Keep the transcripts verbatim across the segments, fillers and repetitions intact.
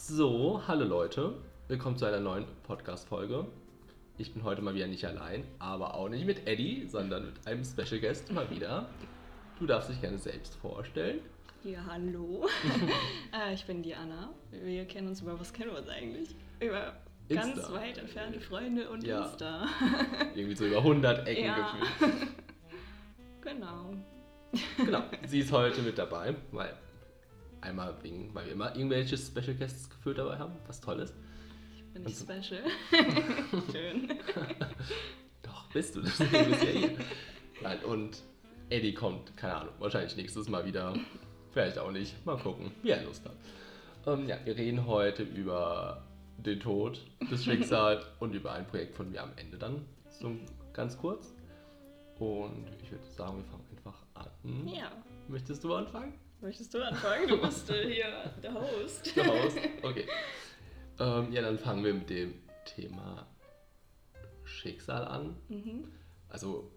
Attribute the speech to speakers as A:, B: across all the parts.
A: So, hallo Leute, willkommen zu einer neuen Podcast-Folge. Ich bin heute mal wieder nicht allein, aber auch nicht mit Eddie, sondern mit einem Special Guest mal wieder. Du darfst dich gerne selbst vorstellen.
B: Ja, hallo. äh, ich bin die Anna. Wir kennen uns über, was kennen wir uns eigentlich? Über
A: Insta.
B: Ganz weit entfernte Freunde und
A: Ja.
B: Insta.
A: Irgendwie so über hundert Ecken
B: Ja.
A: gefühlt.
B: Genau.
A: Genau, sie ist heute mit dabei, weil einmal wegen, weil wir immer irgendwelche Special Guests gefühlt dabei haben, was toll ist.
B: Ich bin nicht
A: Und-
B: special. Schön.
A: Doch, bist du, deswegen bist du ja hier. Nein, und Eddie kommt, keine Ahnung, wahrscheinlich nächstes Mal wieder, vielleicht auch nicht, mal gucken, wie er Lust hat. Ähm, ja, wir reden heute über den Tod, das Schicksal und über ein Projekt von mir am Ende dann, so ganz kurz. Und ich würde sagen, wir fangen einfach an.
B: Ja.
A: Möchtest du anfangen?
B: Möchtest du anfangen? Du bist äh, hier der Host.
A: Der Host? Okay. Ähm, ja, dann fangen wir mit dem Thema Schicksal an.
B: Mhm.
A: Also,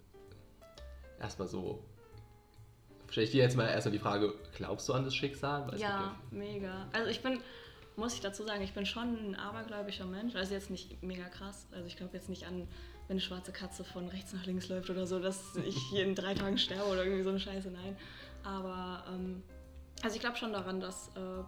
A: erstmal so, stelle ich dir jetzt mal erstmal die Frage, glaubst du an das Schicksal? Weil es
B: Ja,
A: gibt
B: mega. Also ich bin, muss ich dazu sagen, ich bin schon ein abergläubischer Mensch. Also jetzt nicht mega krass. Also ich glaube jetzt nicht an, wenn eine schwarze Katze von rechts nach links läuft oder so, dass ich hier in drei Tagen sterbe oder irgendwie so eine Scheiße. Nein. Aber, ähm, also ich glaube schon daran, dass äh,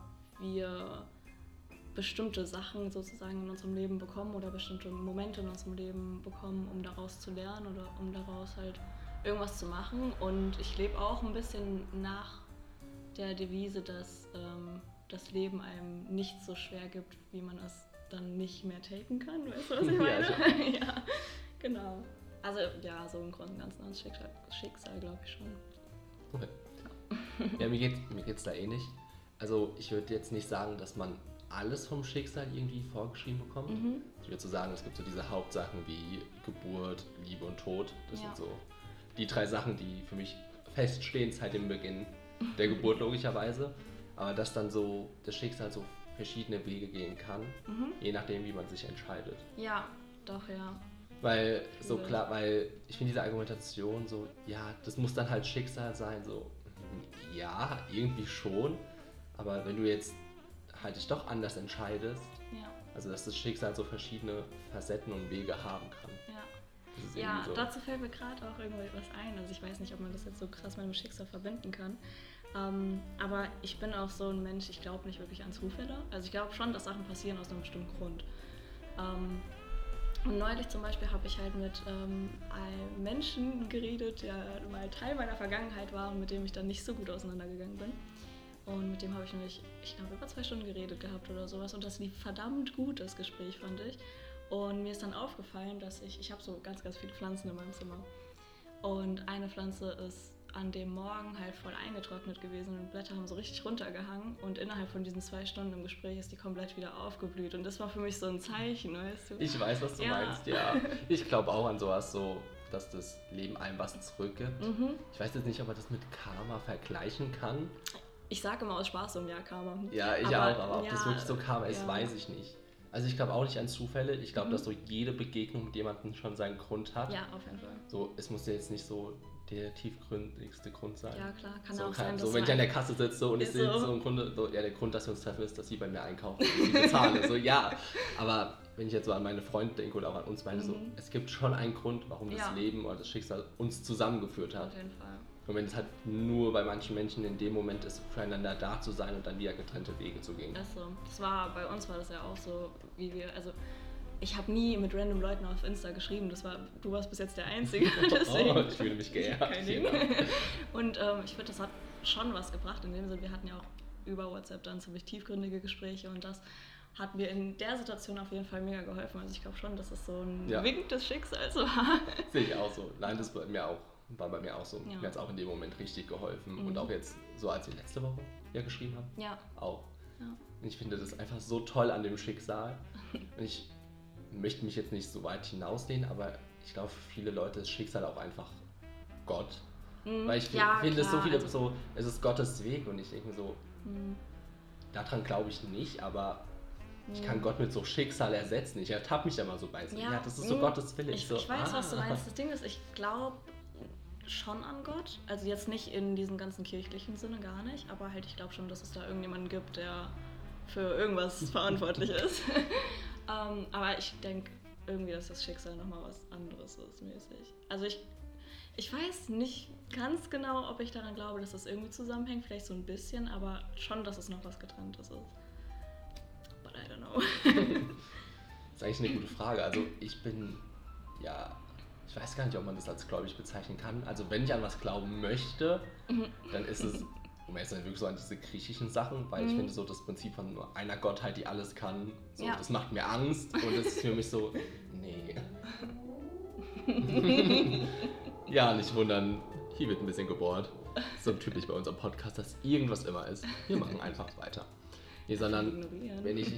B: wir bestimmte Sachen sozusagen in unserem Leben bekommen oder bestimmte Momente in unserem Leben bekommen, um daraus zu lernen oder um daraus halt irgendwas zu machen. Und ich lebe auch ein bisschen nach der Devise, dass ähm, das Leben einem nicht so schwer gibt, wie man es dann nicht mehr taken kann. Weißt du, was ich
A: Ja,
B: meine?
A: schon.
B: Ja, genau. Also ja, so im Großen und Ganzen ans Schicksal, Schicksal glaube ich schon.
A: Okay. Ja, mir geht mir geht's da ähnlich. Also ich würde jetzt nicht sagen, dass man alles vom Schicksal irgendwie vorgeschrieben bekommt.
B: Mhm.
A: Ich würde so sagen, es gibt so diese Hauptsachen wie Geburt, Liebe und Tod. Das
B: Ja.
A: sind so die drei Sachen, die für mich feststehen seit dem Beginn der Geburt logischerweise. Aber dass dann so das Schicksal so verschiedene Wege gehen kann,
B: Mhm.
A: je nachdem, wie man sich entscheidet.
B: Ja, doch, ja.
A: Weil, so
B: Cool.
A: klar, weil ich finde diese Argumentation so, ja, das muss dann halt Schicksal sein, so, mm, ja, irgendwie schon, aber wenn du jetzt halt dich doch anders entscheidest,
B: Ja,
A: also dass das Schicksal so verschiedene Facetten und Wege haben kann.
B: ja.
A: Das ist
B: Ja,
A: irgendwie so.
B: dazu fällt mir gerade auch irgendwie was ein. Also ich weiß nicht, ob man das jetzt so krass mit dem Schicksal verbinden kann. Ähm, aber ich bin auch so ein Mensch, ich glaube nicht wirklich an Zufälle. Also ich glaube schon, dass Sachen passieren aus einem bestimmten Grund. Ähm, und neulich zum Beispiel habe ich halt mit ähm, einem Menschen geredet, der mal Teil meiner Vergangenheit war und mit dem ich dann nicht so gut auseinandergegangen bin. Und mit dem habe ich nämlich, ich glaube, über zwei Stunden geredet gehabt oder sowas. Und das lief verdammt gut, das Gespräch, fand ich. Und mir ist dann aufgefallen, dass ich, ich habe so ganz, ganz viele Pflanzen in meinem Zimmer. Und eine Pflanze ist an dem Morgen halt voll eingetrocknet gewesen und Blätter haben so richtig runtergehangen. Und innerhalb von diesen zwei Stunden im Gespräch ist die komplett wieder aufgeblüht. Und das war für mich so ein Zeichen, weißt du?
A: Ich weiß, was du
B: Ja.
A: meinst, ja. Ich glaube auch an sowas so, dass das Leben einem was zurückgibt.
B: Mhm.
A: Ich weiß jetzt nicht, ob man das mit Karma vergleichen kann.
B: Ich sage immer aus Spaß so ein Ja, Karma.
A: Ja, ich
B: Aber,
A: auch, aber ob
B: ja,
A: das wirklich so Karma ist,
B: ja.
A: weiß ich nicht. Also ich glaube auch nicht an Zufälle. Ich glaube,
B: Mhm.
A: dass so jede Begegnung mit jemandem schon seinen Grund hat.
B: Ja, auf jeden Fall.
A: So, es muss ja jetzt nicht so der tiefgründigste Grund sein.
B: Ja, klar, kann
A: so,
B: auch sein,
A: so
B: dass
A: wenn
B: du
A: ich an der
B: ein-
A: Kasse sitze so, und ich
B: Ist
A: sehe
B: so.
A: so im Grunde, so, ja, der Grund, dass wir uns treffen, ist, dass sie bei mir einkaufen und ich sie bezahle. So, ja, aber wenn ich jetzt so an meine Freunde denke oder auch an uns beide, so,
B: Mhm.
A: es gibt schon einen Grund, warum das
B: Ja.
A: Leben oder das Schicksal uns zusammengeführt hat.
B: Auf jeden Fall.
A: Und wenn es halt nur bei manchen Menschen in dem Moment ist, füreinander da zu sein und dann wieder getrennte Wege zu gehen.
B: Ist so. Das war, bei uns war das ja auch so, wie wir, also ich habe nie mit random Leuten auf Insta geschrieben, das war, du warst bis jetzt der Einzige, deswegen.
A: Oh, ich fühle mich geehrt.
B: Kein Ding.
A: Genau.
B: Und ähm, ich finde, das hat schon was gebracht, in dem Sinne, wir hatten ja auch über WhatsApp dann ziemlich tiefgründige Gespräche und das hat mir in der Situation auf jeden Fall mega geholfen. Also ich glaube schon, dass es so ein
A: Ja.
B: Wink des Schicksals war.
A: Sehe ich auch so. Nein, das war mir auch, war bei mir auch so.
B: Ja.
A: Mir hat es auch in dem Moment richtig geholfen.
B: Mhm.
A: Und auch jetzt, so als wir letzte Woche ja geschrieben haben,
B: Ja.
A: auch.
B: Ja.
A: Und ich finde das einfach so toll an dem Schicksal. Und ich möchte mich jetzt nicht so weit hinauslehnen, aber ich glaube, für viele Leute ist Schicksal auch einfach Gott.
B: Mhm.
A: Weil ich fi-
B: Ja,
A: finde es so
B: klar,
A: viele,
B: also-
A: so, es ist Gottes Weg und ich denke mir so,
B: Mhm.
A: daran glaube ich nicht, aber ich
B: Mhm.
A: kann Gott mit so Schicksal ersetzen. Ich ertappe mich da mal so bei. So, ja, das ist so
B: mm,
A: Gottes Wille.
B: Ich,
A: so,
B: ich weiß,
A: ah.
B: was du meinst. Das Ding ist, ich glaube schon an Gott. Also jetzt nicht in diesem ganzen kirchlichen Sinne, gar nicht. Aber halt, ich glaube schon, dass es da irgendjemanden gibt, der für irgendwas verantwortlich ist. ähm, aber ich denke irgendwie, dass das Schicksal nochmal was anderes ist, mäßig. Also ich, ich weiß nicht ganz genau, ob ich daran glaube, dass das irgendwie zusammenhängt, vielleicht so ein bisschen, aber schon, dass es noch was Getrenntes ist. But I don't know.
A: Das ist eigentlich eine gute Frage. Also ich bin, ja, ich weiß gar nicht, ob man das als gläubig bezeichnen kann. Also wenn ich an was glauben möchte, dann ist es, um jetzt wirklich so an diese griechischen Sachen, weil mhm. ich finde so das Prinzip von nur einer Gottheit, die alles kann, so, ja. das macht mir Angst und das ist für mich so, nee. Ja, nicht wundern, hier wird ein bisschen gebohrt. So typisch bei unserem Podcast, dass irgendwas immer ist. Wir machen einfach weiter. Nee, sondern wenn ich...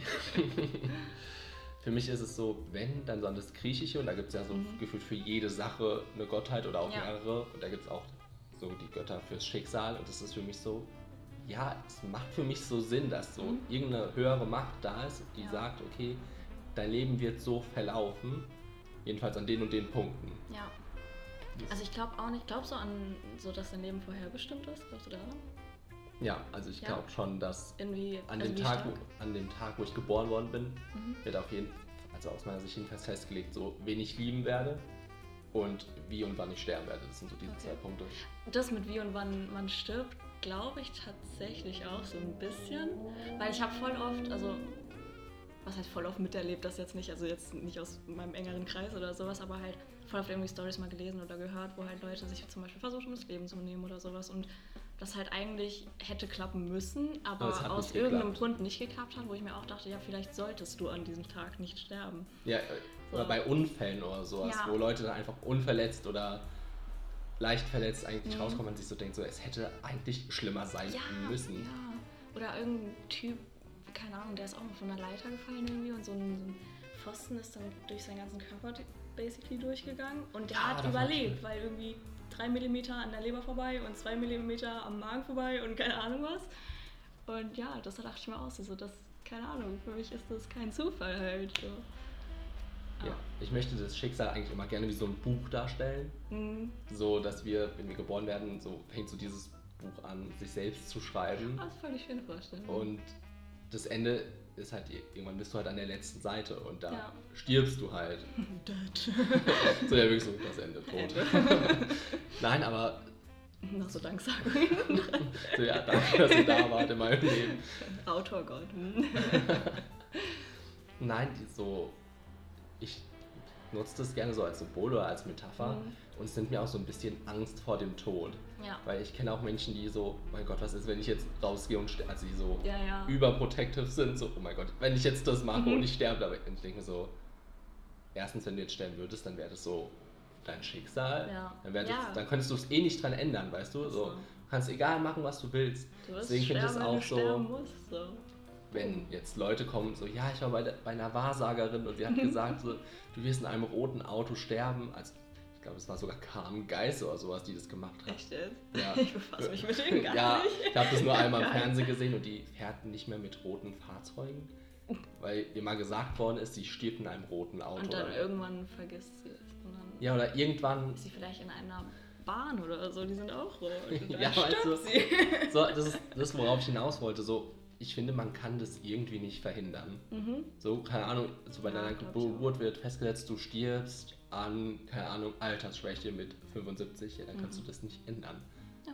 A: Für mich ist es so, wenn, dann so an das Griechische und da gibt es ja so mhm. gefühlt für jede Sache eine Gottheit oder auch ja. mehrere und da gibt es auch so die Götter fürs Schicksal und das ist für mich so, ja, es macht für mich so Sinn, dass so mhm. irgendeine höhere Macht da ist, die ja. sagt, okay, dein Leben wird so verlaufen, jedenfalls an den und den Punkten.
B: Ja, also ich glaube auch nicht, glaubst du an so, dass dein Leben vorherbestimmt ist? Glaubst du daran?
A: Ja, also ich ja. glaube schon, dass
B: Inwie,
A: an,
B: also
A: dem Tag, wo, an dem Tag, wo ich geboren worden bin, mhm. wird auf jeden Fall, also aus meiner Sicht jedenfalls festgelegt, so wen ich lieben werde und wie und wann ich sterben werde. Das sind so diese okay. zwei Punkte.
B: Das mit wie und wann man stirbt, glaube ich tatsächlich auch so ein bisschen, weil ich habe voll oft, also was heißt voll oft miterlebt, das jetzt nicht, also jetzt nicht aus meinem engeren Kreis oder sowas, aber halt voll oft irgendwie Storys mal gelesen oder gehört, wo halt Leute sich zum Beispiel versuchen, das Leben zu nehmen oder sowas und das halt eigentlich hätte klappen müssen, aber, aber aus irgendeinem Grund nicht geklappt hat, wo ich mir auch dachte, ja, vielleicht solltest du an diesem Tag nicht sterben.
A: Ja, so. Oder bei Unfällen oder sowas, ja. wo Leute dann einfach unverletzt oder leicht verletzt eigentlich mhm. rauskommen und sich so denkt, so, es hätte eigentlich schlimmer sein
B: ja,
A: müssen.
B: Ja. Oder irgendein Typ, keine Ahnung, der ist auch mal von einer Leiter gefallen irgendwie und so ein, so ein Pfosten ist dann durch seinen ganzen Körper basically durchgegangen und der ja, hat überlebt, weil irgendwie drei Millimeter an der Leber vorbei und zwei Millimeter am Magen vorbei und keine Ahnung was. Und ja, das dachte ich mir auch so, so das, keine Ahnung, für mich ist das kein Zufall halt. So.
A: Ja, ich möchte das Schicksal eigentlich immer gerne wie so ein Buch darstellen. Mhm. So, dass wir, wenn wir geboren werden, so fängt so dieses Buch an, sich selbst zu schreiben.
B: Das ist voll die schöne Vorstellung.
A: Und das Ende ist halt, irgendwann bist du halt an der letzten Seite und da ja. stirbst du halt. So, ja, wirklich so, das Ende, tot. Nein, aber...
B: Noch so Danksagung.
A: So, ja, danke, dass ihr da wart in meinem Leben.
B: Autorgott.
A: Nein, die so... Ich nutze das gerne so als Symbol oder als Metapher mhm. und es nimmt mir auch so ein bisschen Angst vor dem Tod.
B: Ja.
A: Weil ich kenne auch Menschen, die so, mein Gott, was ist, wenn ich jetzt rausgehe und sterbe, also die so
B: ja, ja.
A: überprotective sind, so, oh mein Gott, wenn ich jetzt das mache mhm. und ich sterbe, aber ich denke mir so, erstens, wenn du jetzt sterben würdest, dann wäre das so dein Schicksal,
B: ja.
A: dann, wär
B: ja.
A: das, dann könntest du es eh nicht dran ändern, weißt du, so, du kannst egal machen, was du willst.
B: Du wirst
A: Deswegen finde ich das auch so,
B: musst, so,
A: wenn jetzt Leute kommen, so, ja, ich war bei, der, bei einer Wahrsagerin und die hat gesagt, so, du wirst in einem roten Auto sterben, also ich glaube, es war sogar Carmen Geiss oder sowas, die das gemacht hat.
B: Echt jetzt?
A: Ja.
B: Ich befasse mich mit denen gar
A: ja,
B: nicht.
A: Ich habe das nur einmal im Fernsehen gesehen und die fährten nicht mehr mit roten Fahrzeugen, weil ihr mal gesagt worden ist, sie stirbt in einem roten Auto.
B: Und dann
A: oder?
B: irgendwann vergisst sie es. Und dann
A: ja, oder irgendwann...
B: Ist sie vielleicht in einer Bahn oder so, die sind auch rot.
A: Ja, weißt du, sie. So, das ist das, worauf ich hinaus wollte, so... Ich finde, man kann das irgendwie nicht verhindern. Mhm. So, keine Ahnung, so bei ja, deiner Geburt wird festgesetzt, du stirbst an, keine Ahnung, Altersschwäche mit fünfundsiebzig, ja, dann kannst mhm. du das nicht ändern.
B: Ja.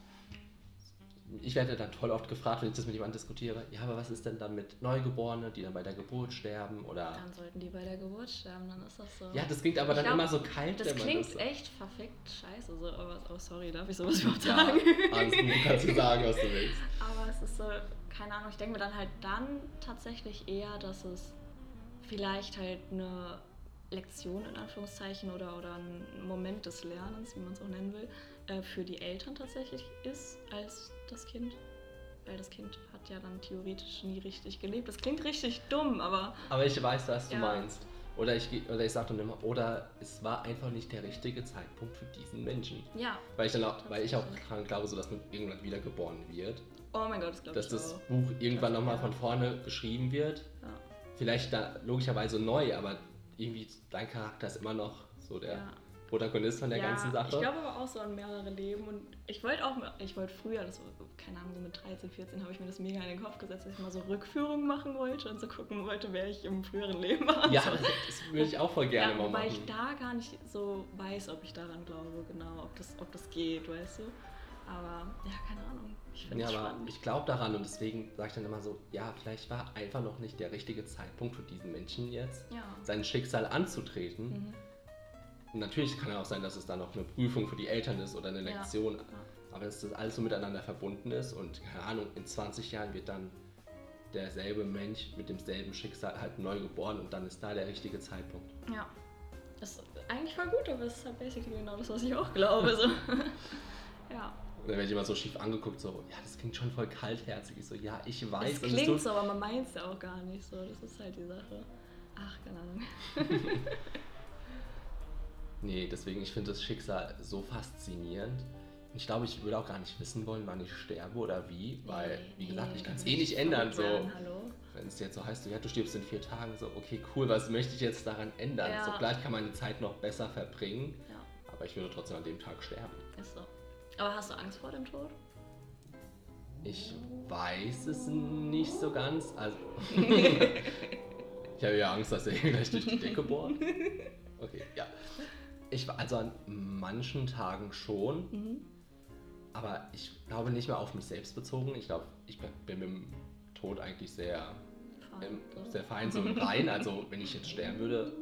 A: Ich werde dann toll oft gefragt, wenn ich das mit jemandem diskutiere, ja, aber was ist denn dann mit Neugeborenen, die dann bei der Geburt sterben, oder...
B: Dann sollten die bei der Geburt sterben, dann ist das so...
A: Ja, das klingt aber ich dann glaub, immer so kalt,
B: das
A: wenn man
B: klingt
A: das...
B: echt verfickt scheiße, so, aber, oh sorry, darf ich sowas überhaupt
A: ja,
B: sagen?
A: Alles gut, du kannst dir sagen, was du willst.
B: Aber es ist so, keine Ahnung, ich denke mir dann halt dann tatsächlich eher, dass es vielleicht halt eine Lektion in Anführungszeichen oder, oder ein Moment des Lernens, wie man es auch nennen will, äh, für die Eltern tatsächlich ist als das Kind. Weil das Kind hat ja dann theoretisch nie richtig gelebt. Das klingt richtig dumm, aber...
A: Aber ich weiß, was du
B: ja.
A: meinst. Oder ich, oder ich sage dann immer, oder es war einfach nicht der richtige Zeitpunkt für diesen Menschen.
B: Ja.
A: Weil ich, dann auch, weil ich auch dran glaube, so, dass man irgendwann wiedergeboren wird.
B: Oh mein Gott, das glaube ich
A: Dass das
B: auch.
A: Buch irgendwann nochmal ja. von vorne geschrieben wird.
B: Ja.
A: Vielleicht da logischerweise neu, aber irgendwie dein Charakter ist immer noch so der... Ja. Protagonist von der
B: ja,
A: ganzen Sache.
B: Ich glaube aber auch so an mehrere Leben und ich wollte auch, ich wollte früher, das war, keine Ahnung, so mit dreizehn, vierzehn habe ich mir das mega in den Kopf gesetzt, dass ich mal so Rückführungen machen wollte und so gucken wollte, wer ich im früheren Leben war.
A: Ja, das, das würde ich auch voll gerne
B: ja,
A: mal machen.
B: Weil ich da gar nicht so weiß, ob ich daran glaube, genau, ob das, ob das geht, weißt du. Aber ja, keine Ahnung. Ich finde
A: ja,
B: das
A: aber
B: spannend.
A: ich glaube daran und deswegen sage ich dann immer so, ja, vielleicht war einfach noch nicht der richtige Zeitpunkt für diesen Menschen jetzt,
B: ja.
A: sein Schicksal anzutreten.
B: Mhm.
A: Und natürlich kann ja auch sein, dass es dann noch eine Prüfung für die Eltern ist oder eine Lektion, ja. Ja. Aber dass das alles so miteinander verbunden ist und keine Ahnung, in zwanzig Jahren wird dann derselbe Mensch mit demselben Schicksal halt neu geboren und dann ist da der richtige Zeitpunkt.
B: Ja, das ist eigentlich voll gut, aber es ist halt basically genau das, was ich auch glaube. So. ja.
A: Und dann werde ich immer so schief angeguckt, so, ja, das klingt schon voll kaltherzig. Ich so, ja, ich weiß.
B: Es klingt so, aber man meint es ja auch gar nicht so. Das ist halt die Sache. Ach, keine Ahnung.
A: Nee, deswegen, ich finde das Schicksal so faszinierend. Ich glaube, ich würde auch gar nicht wissen wollen, wann ich sterbe oder wie, weil, wie gesagt, ich kann es eh nicht ändern. So. Wenn es jetzt so heißt, ja, du stirbst in vier Tagen, so, okay, cool, was möchte ich jetzt daran ändern?
B: Ja.
A: So, vielleicht kann man die Zeit noch besser verbringen,
B: ja.
A: aber ich würde trotzdem an dem Tag sterben.
B: Ist so. Aber hast du Angst vor dem Tod?
A: Ich weiß es nicht so ganz. Also ich habe ja Angst, dass er gleich durch die Decke bohrt. Okay, ja. Ich war also an manchen Tagen schon, mhm. aber ich glaube nicht mehr auf mich selbst bezogen. Ich glaube, ich bin mit dem Tod eigentlich sehr fein, ähm, sehr fein so rein. Also wenn ich jetzt sterben würde.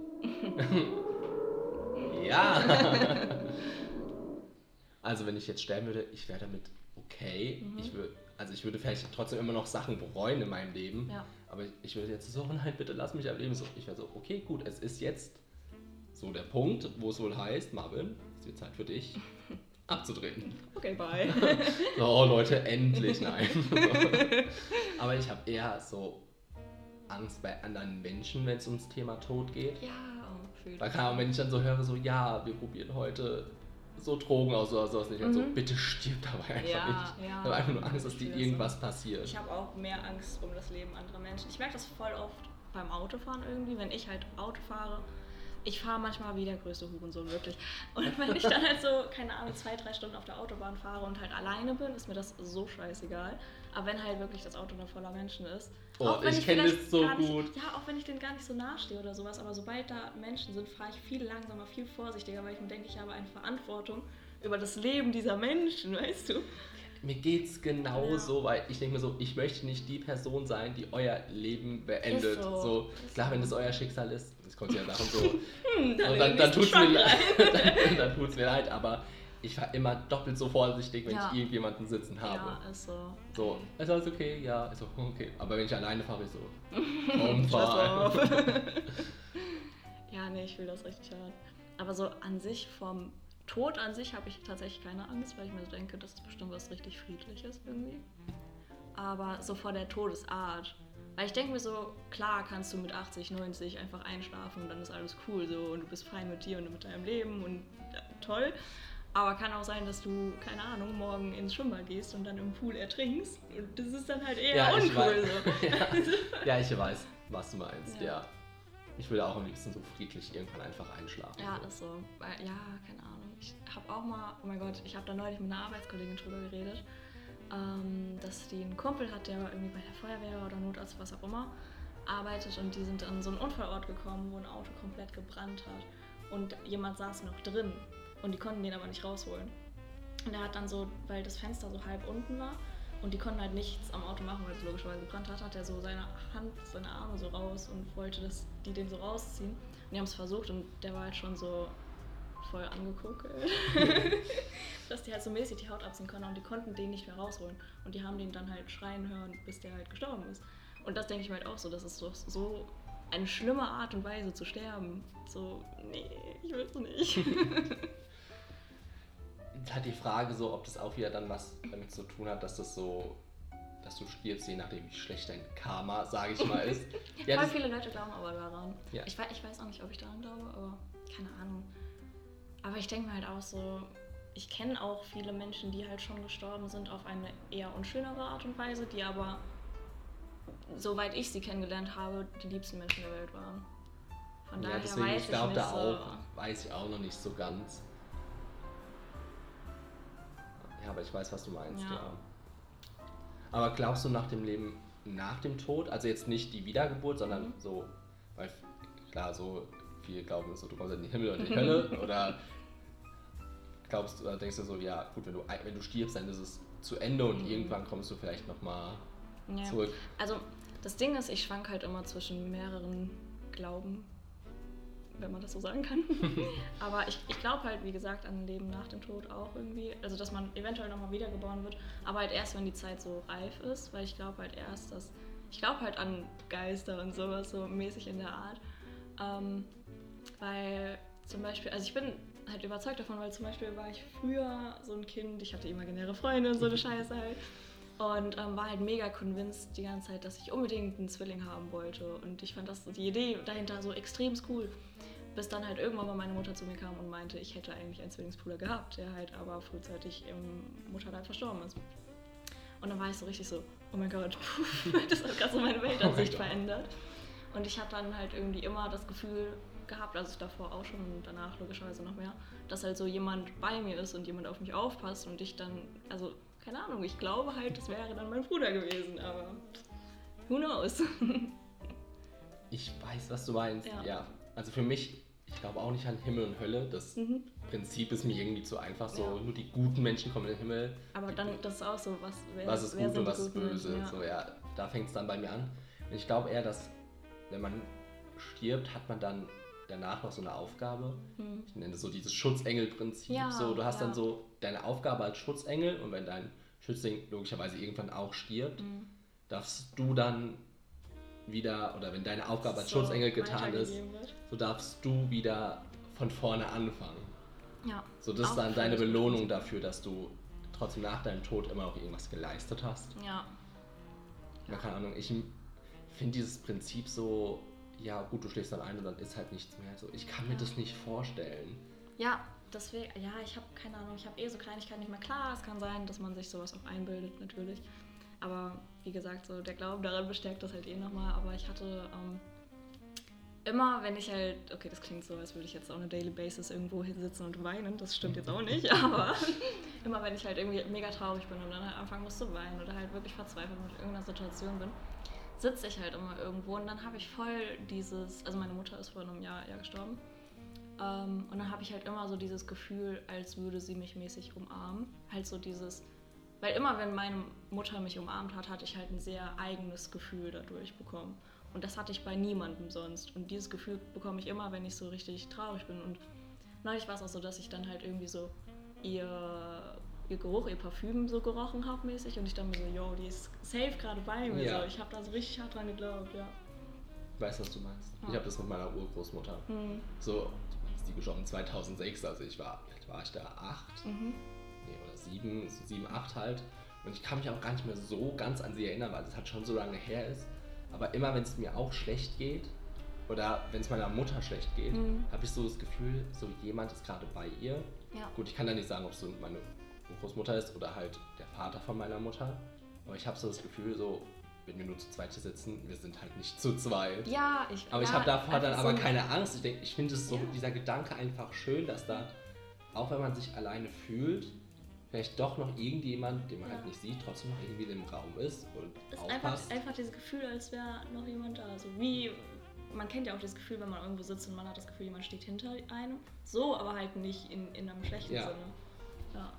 A: ja. Also wenn ich jetzt sterben würde, ich wäre damit okay. Mhm. Ich würde, also ich würde vielleicht trotzdem immer noch Sachen bereuen in meinem Leben. Ja. Aber ich würde jetzt so, nein, bitte lass mich am Leben. So, ich wäre so, okay, gut, es ist jetzt so der Punkt, wo es wohl heißt, Marvin, es wird Zeit für dich, abzutreten.
B: Okay, bye.
A: Oh Leute, endlich, nein. Aber ich habe eher so Angst bei anderen Menschen, wenn es ums Thema Tod geht.
B: Ja, oh,
A: da kann auch, wenn ich dann so höre, so, ja, wir probieren heute so Drogen aus oder sowas nicht. Mhm. Also bitte stirb dabei einfach
B: ja,
A: nicht.
B: Ja,
A: ich habe einfach nur Angst, dass dir irgendwas so. passiert.
B: Ich habe auch mehr Angst um das Leben anderer Menschen. Ich merke das voll oft beim Autofahren irgendwie, wenn ich halt Auto fahre. Ich fahre manchmal wie der größte Hurensohn, wirklich. Und wenn ich dann halt so, keine Ahnung, zwei, drei Stunden auf der Autobahn fahre und halt alleine bin, ist mir das so scheißegal. Aber wenn halt wirklich das Auto dann voller Menschen ist,
A: oh,
B: auch wenn
A: ich,
B: ich
A: kenne das so
B: nicht,
A: gut.
B: Ja, auch wenn ich denen gar nicht so nahe stehe oder sowas, aber sobald da Menschen sind, fahre ich viel langsamer, viel vorsichtiger, weil ich mir denke, ich habe eine Verantwortung über das Leben dieser Menschen, weißt du?
A: Mir geht's genauso, ja. Weil ich denke mir so, ich möchte nicht die Person sein, die euer Leben beendet. So. So, klar, wenn das euer Schicksal ist, das kommt ja Sachen so, hm, dann, so, dann, dann tut's mir leid, dann, dann tut's mir leid, aber ich war immer doppelt so vorsichtig, wenn ja. ich irgendjemanden sitzen habe.
B: Ja, ist so.
A: So, ist alles okay? Ja, ist so, okay. Aber wenn ich alleine fahre, ich so, komm, fahr.
B: Ja, nee, ich fühle das richtig hart. Aber so an sich, vom Tod an sich habe ich tatsächlich keine Angst, weil ich mir so denke, das ist bestimmt was richtig Friedliches irgendwie. Aber so vor der Todesart. Weil ich denke mir so, klar kannst du mit achtzig, neunzig einfach einschlafen und dann ist alles cool so und du bist fein mit dir und mit deinem Leben und ja, toll. Aber kann auch sein, dass du, keine Ahnung, morgen ins Schwimmbad gehst und dann im Pool ertrinkst. Und das ist dann halt eher
A: ja,
B: uncool.
A: Ich weiß.
B: So.
A: ja. ja, ich weiß, was du meinst, ja. ja. Ich will auch am liebsten so friedlich irgendwann einfach einschlafen.
B: Ja,
A: so.
B: ist so. Ja, keine Ahnung. Ich habe auch mal, oh mein Gott, ich habe da neulich mit einer Arbeitskollegin drüber geredet, ähm, dass die einen Kumpel hat, der irgendwie bei der Feuerwehr oder Notarzt, was auch immer, arbeitet und die sind an so einen Unfallort gekommen, wo ein Auto komplett gebrannt hat und jemand saß noch drin und die konnten den aber nicht rausholen. Und er hat dann so, weil das Fenster so halb unten war und die konnten halt nichts am Auto machen, weil es logischerweise gebrannt hat, hat er so seine Hand, seine Arme so raus und wollte, dass die den so rausziehen. Und die haben es versucht und der war halt schon so voll angeguckt, dass die halt so mäßig die Haut abziehen konnten und die konnten den nicht mehr rausholen. Und die haben den dann halt schreien hören, bis der halt gestorben ist. Und das denke ich mir halt auch so, das ist doch so eine schlimme Art und Weise zu sterben. So, nee, ich will es nicht.
A: Jetzt hat die Frage so, ob das auch wieder dann was damit zu tun hat, dass das so, dass du stirbst, je nachdem wie schlecht dein Karma, sage ich mal, ist.
B: Ja, voll viele Leute glauben aber daran.
A: Ja.
B: Ich, weiß, ich weiß auch nicht, ob ich daran glaube, aber keine Ahnung. Aber ich denke mir halt auch so, ich kenne auch viele Menschen, die halt schon gestorben sind auf eine eher unschönere Art und Weise, die aber, soweit ich sie kennengelernt habe, die liebsten Menschen der Welt waren. Von
A: Ja,
B: daher
A: deswegen,
B: weiß
A: ich glaube
B: nicht
A: da
B: so.
A: auch, weiß ich auch noch nicht so ganz. Ja, aber ich weiß, was du meinst, ja.
B: Ja.
A: Aber glaubst du nach dem Leben, nach dem Tod, also jetzt nicht die Wiedergeburt, sondern
B: Mhm.
A: so, weil klar, so viele glauben so, du kommst in den Himmel und die Hölle, oder glaubst du, oder denkst du so, ja gut, wenn du, wenn du stirbst, dann ist es zu Ende und
B: Mhm.
A: irgendwann kommst du vielleicht nochmal
B: Ja.
A: zurück.
B: Also das Ding ist, ich schwank halt immer zwischen mehreren Glauben, wenn man das so sagen kann. Aber ich, ich glaube halt, wie gesagt, an ein Leben nach dem Tod auch irgendwie. Also dass man eventuell nochmal wiedergeboren wird, aber halt erst, wenn die Zeit so reif ist, weil ich glaube halt erst, dass... Ich glaube halt an Geister und sowas, so mäßig in der Art. Ähm, weil zum Beispiel, also ich bin halt überzeugt davon, weil zum Beispiel war ich früher so ein Kind, ich hatte imaginäre Freunde und so eine Scheiße halt. Und ähm, war halt mega convinced die ganze Zeit, dass ich unbedingt einen Zwilling haben wollte. Und ich fand das, die Idee dahinter so extrem cool. Bis dann halt irgendwann mal meine Mutter zu mir kam und meinte, ich hätte eigentlich einen Zwillingsbruder gehabt, der halt aber frühzeitig im Mutterleib verstorben ist. Und dann war ich so richtig so, oh mein Gott, das hat gerade so meine Weltansicht
A: Oh mein
B: verändert. Und ich habe dann halt irgendwie immer das Gefühl gehabt, also davor auch schon und danach logischerweise noch mehr, dass halt so jemand bei mir ist und jemand auf mich aufpasst und ich dann, also keine Ahnung, ich glaube halt, das wäre dann mein Bruder gewesen, aber who knows?
A: Ich weiß, was du meinst, ja.
B: Ja.
A: Also für mich, ich glaube auch nicht an Himmel und Hölle, das
B: Mhm.
A: Prinzip ist mir irgendwie zu einfach, so
B: Ja.
A: nur die guten Menschen kommen in den Himmel.
B: Aber dann, das ist auch so, was, wer,
A: Was ist
B: wer
A: gut
B: sind
A: und
B: die
A: was ist
B: guten
A: böse,
B: Menschen, ja.
A: so ja, da fängt es dann bei mir an. Und ich glaube eher, dass wenn man stirbt, hat man dann danach noch so eine Aufgabe.
B: Mhm.
A: Ich nenne das so dieses Schutzengel-Prinzip.
B: Ja,
A: so, du hast
B: ja.
A: dann so deine Aufgabe als Schutzengel und wenn dein Schützling logischerweise irgendwann auch stirbt,
B: Mhm.
A: darfst du dann wieder, oder wenn deine Aufgabe als
B: So
A: Schutzengel getan ist,
B: weitergegeben wird.
A: so darfst du wieder von vorne anfangen.
B: Ja.
A: So, das
B: Auch
A: ist dann deine
B: völlig
A: Belohnung
B: gut.
A: dafür, dass du trotzdem nach deinem Tod immer noch irgendwas geleistet hast.
B: Ja.
A: Ja, keine Ahnung, ich finde dieses Prinzip so, ja gut, du schläfst dann ein und dann ist halt nichts mehr. So, ich kann mir
B: Ja.
A: das nicht vorstellen.
B: Ja, deswegen, ja, ich habe keine Ahnung, ich habe eh so Kleinigkeiten nicht mehr. Klar, es kann sein, dass man sich sowas auch einbildet, natürlich. Aber wie gesagt, so der Glauben daran bestärkt das halt eh nochmal. Aber ich hatte ähm, immer, wenn ich halt, okay, das klingt so, als würde ich jetzt on a daily basis irgendwo hinsitzen und weinen, das stimmt jetzt auch nicht, aber immer wenn ich halt irgendwie mega traurig bin und dann halt anfangen muss zu weinen oder halt wirklich verzweifelt mit irgendeiner Situation bin, sitze ich halt immer irgendwo und dann habe ich voll dieses, also meine Mutter ist vor einem Jahr, Jahr gestorben, ähm, und dann habe ich halt immer so dieses Gefühl, als würde sie mich mäßig umarmen, halt so dieses, weil immer wenn meine Mutter mich umarmt hat, hatte ich halt ein sehr eigenes Gefühl dadurch bekommen. Und das hatte ich bei niemandem sonst. Und dieses Gefühl bekomme ich immer, wenn ich so richtig traurig bin. Und neulich war es auch so, dass ich dann halt irgendwie so ihr, ihr Geruch, ihr Parfüm so gerochen habe mäßig. Und ich dachte mir so, yo, die ist safe gerade bei mir.
A: Ja.
B: So. Ich habe da so richtig hart dran geglaubt, ja.
A: Ich weiß, was du meinst.
B: Ja.
A: Ich habe das mit meiner Urgroßmutter.
B: Mhm.
A: So, ist die gestorben zweitausendsechs, also ich war, wie alt war ich da? Acht?
B: Mhm.
A: Nee, oder sieben, so sieben, acht halt. Und ich kann mich auch gar nicht mehr so ganz an sie erinnern, weil das halt schon so lange her ist. Aber immer, wenn es mir auch schlecht geht, oder wenn es meiner Mutter schlecht geht,
B: Mhm.
A: habe ich so das Gefühl, so jemand ist gerade bei ihr.
B: Ja.
A: Gut, ich kann da nicht sagen, ob es so meine Großmutter ist oder halt der Vater von meiner Mutter. Aber ich habe so das Gefühl, so, wenn wir nur zu zweit hier sitzen, wir sind halt nicht zu zweit.
B: Ja, ich
A: Aber ich
B: ja,
A: habe davor dann
B: einfach
A: aber
B: so-
A: keine Angst. Ich denke, ich finde es so,
B: Ja.
A: dieser Gedanke einfach schön, dass da, auch wenn man sich alleine fühlt, vielleicht doch noch irgendjemand, den man
B: Ja.
A: halt nicht sieht, trotzdem noch irgendwie im Raum ist und
B: Es ist einfach,
A: aufpasst.
B: einfach dieses Gefühl, als wäre noch jemand da. So wie, man kennt ja auch das Gefühl, wenn man irgendwo sitzt und man hat das Gefühl, jemand steht hinter einem. So, aber halt nicht in, in einem schlechten
A: Ja.
B: Sinne. Ja.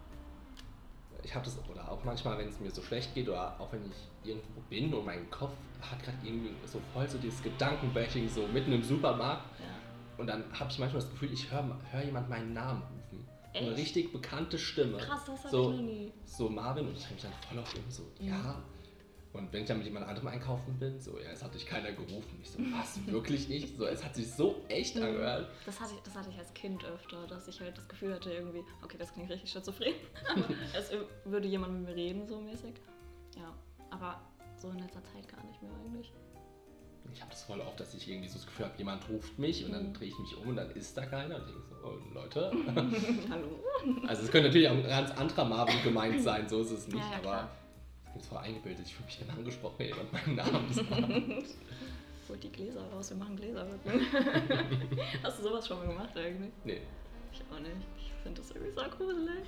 A: Ich habe das, oder auch manchmal, wenn es mir so schlecht geht, oder auch wenn ich irgendwo bin und mein Kopf hat gerade irgendwie so voll so dieses Gedankenbashing, so mitten im Supermarkt.
B: Ja.
A: Und dann habe ich manchmal das Gefühl, ich höre hör jemand meinen Namen rufen. So eine
B: Echt?
A: richtig bekannte Stimme.
B: Krass, das hab
A: so,
B: ich noch nie.
A: So Marvin, und ich habe mich dann voll auf ihn so,
B: Mhm.
A: ja. Und wenn ich dann mit jemand anderem einkaufen bin, so, ja, es hat dich keiner gerufen. Ich so, was, wirklich nicht? So, es hat sich so echt
B: Mhm.
A: angehört.
B: Das hatte, ich, das hatte ich als Kind öfter, dass ich halt das Gefühl hatte irgendwie, okay, das klingt richtig schizophren, aber es würde jemand mit mir reden, so mäßig. Ja, aber so in letzter Zeit gar nicht mehr eigentlich.
A: Ich habe das voll oft, dass ich irgendwie so das Gefühl habe, jemand ruft mich und dann
B: Mhm.
A: drehe ich mich um und dann ist da keiner und denke so, oh, Leute.
B: Hallo?
A: Also es könnte natürlich auch ein ganz anderer Marvin gemeint sein, so ist es nicht,
B: Ja, ja,
A: aber
B: klar.
A: ich bin voll eingebildet, ich fühle mich immer angesprochen, wenn jemand meinen Namen sagt.
B: Holt die Gläser raus, wir machen Gläserrücken. Hast du sowas schon mal gemacht eigentlich?
A: Nee.
B: Ich auch nicht. Ich finde das irgendwie so gruselig.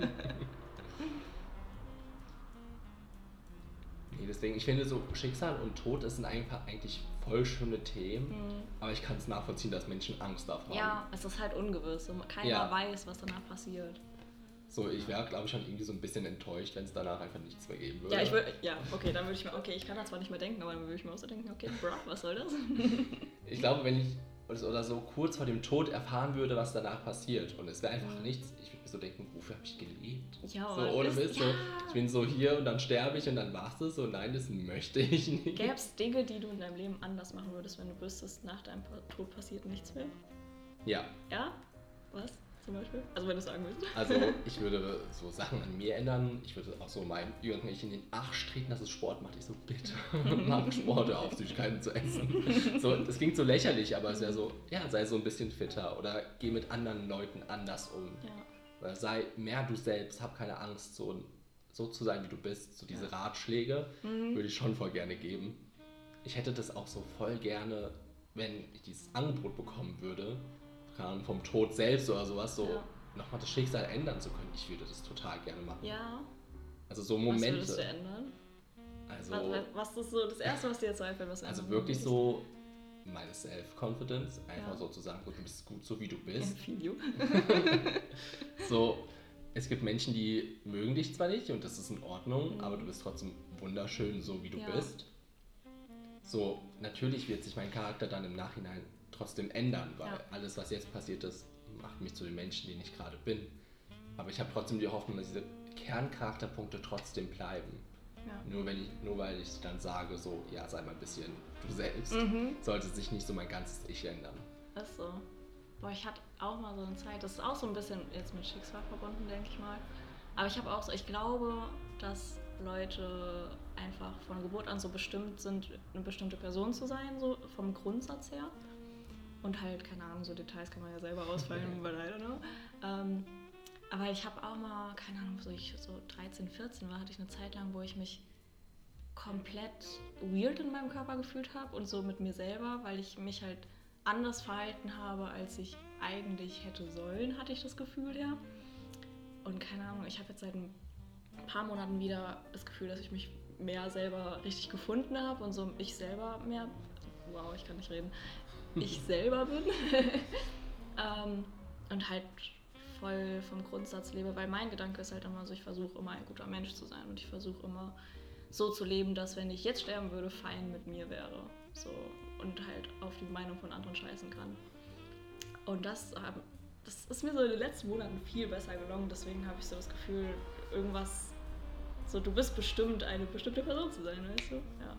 A: Nee, deswegen, ich finde so Schicksal und Tod, das sind einfach eigentlich voll schöne Themen, mhm. aber ich kann es nachvollziehen, dass Menschen Angst davor haben.
B: Ja, es ist halt ungewiss. Keiner ja. weiß, was danach passiert.
A: So, ich wäre, glaube ich, schon irgendwie so ein bisschen enttäuscht, wenn es danach einfach nichts mehr geben würde.
B: Ja, ich würde, ja, okay, dann würde ich mir, okay, ich kann da zwar nicht mehr denken, aber dann würde ich mir auch so denken, okay, bruh, was soll das?
A: Ich glaube, wenn ich oder so kurz vor dem Tod erfahren würde, was danach passiert und es wäre einfach mhm. nichts, ich würde mir so denken, wofür habe ich gelebt?
B: Ja,
A: so, ohne Witz, ja. so, ich bin so hier und dann sterbe ich und dann war's es so, nein, das möchte ich nicht.
B: Gäbe es Dinge, die du in deinem Leben anders machen würdest, wenn du wüsstest, nach deinem Tod passiert nichts mehr?
A: Ja.
B: Ja? Was? Zum Beispiel? Also wenn du sagen willst.
A: Also ich würde so Sachen an mir ändern. Ich würde auch so meinem irgendwelchen in den Arsch treten, dass es Sport macht. Ich so, bitte, mach Sport, hör auf, Süßigkeiten zu essen. So, das klingt so lächerlich, aber es wäre so, ja, sei so ein bisschen fitter oder geh mit anderen Leuten anders um.
B: Ja.
A: Oder sei mehr du selbst, hab keine Angst, so, so zu sein, wie du bist. So diese
B: ja.
A: Ratschläge
B: mhm.
A: würde ich schon voll gerne geben. Ich hätte das auch so voll gerne, wenn ich dieses Angebot bekommen würde, vom Tod selbst oder sowas, so ja. nochmal das Schicksal ändern zu können. Ich würde das total gerne machen.
B: Ja.
A: Also so Momente.
B: Was würdest du ändern?
A: Also,
B: was, was ist so das Erste, was dir jetzt einfällt, was du
A: Also wirklich willst? So meine Self-Confidence, einfach
B: ja.
A: so zu sagen, du bist gut so, wie du bist.
B: Video.
A: So, es gibt Menschen, die mögen dich zwar nicht und das ist in Ordnung, mhm. aber du bist trotzdem wunderschön, so wie du
B: ja.
A: bist. So, natürlich wird sich mein Charakter dann im Nachhinein trotzdem ändern, weil ja. alles, was jetzt passiert ist, macht mich zu dem Menschen, den ich gerade bin. Aber ich habe trotzdem die Hoffnung, dass diese Kerncharakterpunkte trotzdem bleiben.
B: Ja.
A: Nur, wenn ich, nur weil ich dann sage, so, ja, sei mal ein bisschen du selbst,
B: mhm.
A: sollte sich nicht so mein ganzes Ich ändern.
B: Das ist so. Boah, ich hatte auch mal so eine Zeit, das ist auch so ein bisschen jetzt mit Schicksal verbunden, denke ich mal. Aber ich habe auch so, ich glaube, dass Leute einfach von Geburt an so bestimmt sind, eine bestimmte Person zu sein, so vom Grundsatz her. Und halt, keine Ahnung, so Details kann man ja selber ausfallen, weil I don't know. Ähm, aber ich habe auch mal, keine Ahnung, so ich so dreizehn, vierzehn war, hatte ich eine Zeit lang, wo ich mich komplett weird in meinem Körper gefühlt habe und so mit mir selber, weil ich mich halt anders verhalten habe, als ich eigentlich hätte sollen, hatte ich das Gefühl, ja. Und keine Ahnung, ich habe jetzt seit ein paar Monaten wieder das Gefühl, dass ich mich mehr selber richtig gefunden habe und so ich selber mehr, wow, ich kann nicht reden, ich selber bin ähm, und halt voll vom Grundsatz lebe, weil mein Gedanke ist halt immer so, ich versuche immer ein guter Mensch zu sein und ich versuche immer so zu leben, dass wenn ich jetzt sterben würde, fein mit mir wäre so und halt auf die Meinung von anderen scheißen kann. Und das, das ist mir so in den letzten Monaten viel besser gelungen, deswegen habe ich so das Gefühl, irgendwas, so du bist bestimmt eine bestimmte Person zu sein, weißt du? Ja.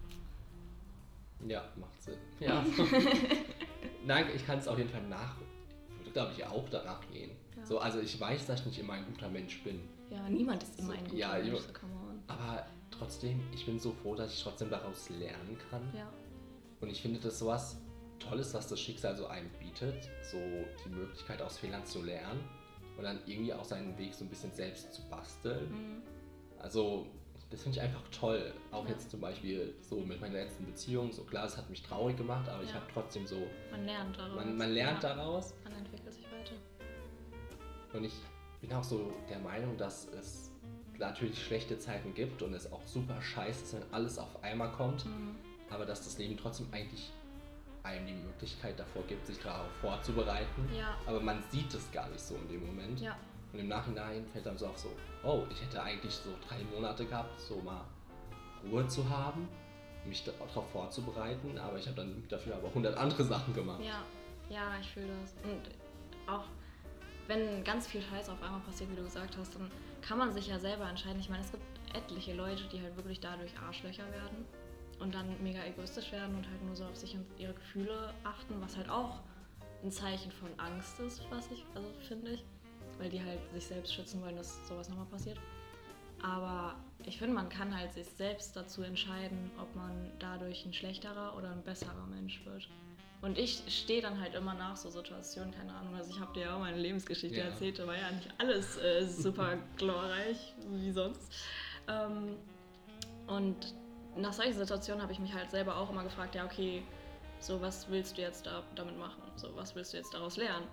A: Ja, macht Sinn. Ja. Nein, ich kann es auf jeden Fall nach, ich würde glaube ich auch danach gehen. Ja. So, also ich weiß, dass ich nicht immer ein guter Mensch bin.
B: Ja, niemand ist immer
A: so,
B: ein guter
A: ja,
B: Mensch,
A: so, come on. Aber trotzdem, ich bin so froh, dass ich trotzdem daraus lernen kann.
B: Ja.
A: Und ich finde das sowas Tolles, was das Schicksal so einem bietet, so die Möglichkeit aus Fehlern zu lernen und dann irgendwie auch seinen Weg so ein bisschen selbst zu basteln.
B: Mhm.
A: Also das finde ich einfach toll. Auch
B: ja.
A: jetzt zum Beispiel so mit meiner letzten Beziehung. So klar, es hat mich traurig gemacht, aber ja. ich habe trotzdem so...
B: Man lernt daraus.
A: Man, man lernt
B: ja.
A: daraus.
B: Man entwickelt sich weiter.
A: Und ich bin auch so der Meinung, dass es natürlich schlechte Zeiten gibt und es auch super scheiße ist, wenn alles auf einmal kommt.
B: Mhm.
A: Aber dass das Leben trotzdem eigentlich einem die Möglichkeit davor gibt, sich darauf vorzubereiten.
B: Ja.
A: Aber man sieht es gar nicht so in dem Moment.
B: Ja.
A: Und im Nachhinein fällt dann so auch so, oh, ich hätte eigentlich so drei Monate gehabt, so mal Ruhe zu haben, mich darauf vorzubereiten, aber ich habe dann dafür aber hundert andere Sachen gemacht.
B: Ja, ja, ich fühle das. Und auch wenn ganz viel Scheiß auf einmal passiert, wie du gesagt hast, dann kann man sich ja selber entscheiden. Ich meine, es gibt etliche Leute, die halt wirklich dadurch Arschlöcher werden und dann mega egoistisch werden und halt nur so auf sich und ihre Gefühle achten, was halt auch ein Zeichen von Angst ist, was ich, also finde ich. Weil die halt sich selbst schützen wollen, dass sowas nochmal passiert. Aber ich finde, man kann halt sich selbst dazu entscheiden, ob man dadurch ein schlechterer oder ein besserer Mensch wird. Und ich stehe dann halt immer nach so Situationen, keine Ahnung, also ich habe dir ja auch meine Lebensgeschichte
A: ja.
B: erzählt, da war ja nicht alles äh, super glorreich wie sonst. Ähm, und nach solchen Situationen habe ich mich halt selber auch immer gefragt, ja okay, so was willst du jetzt da, damit machen? So was willst du jetzt daraus lernen?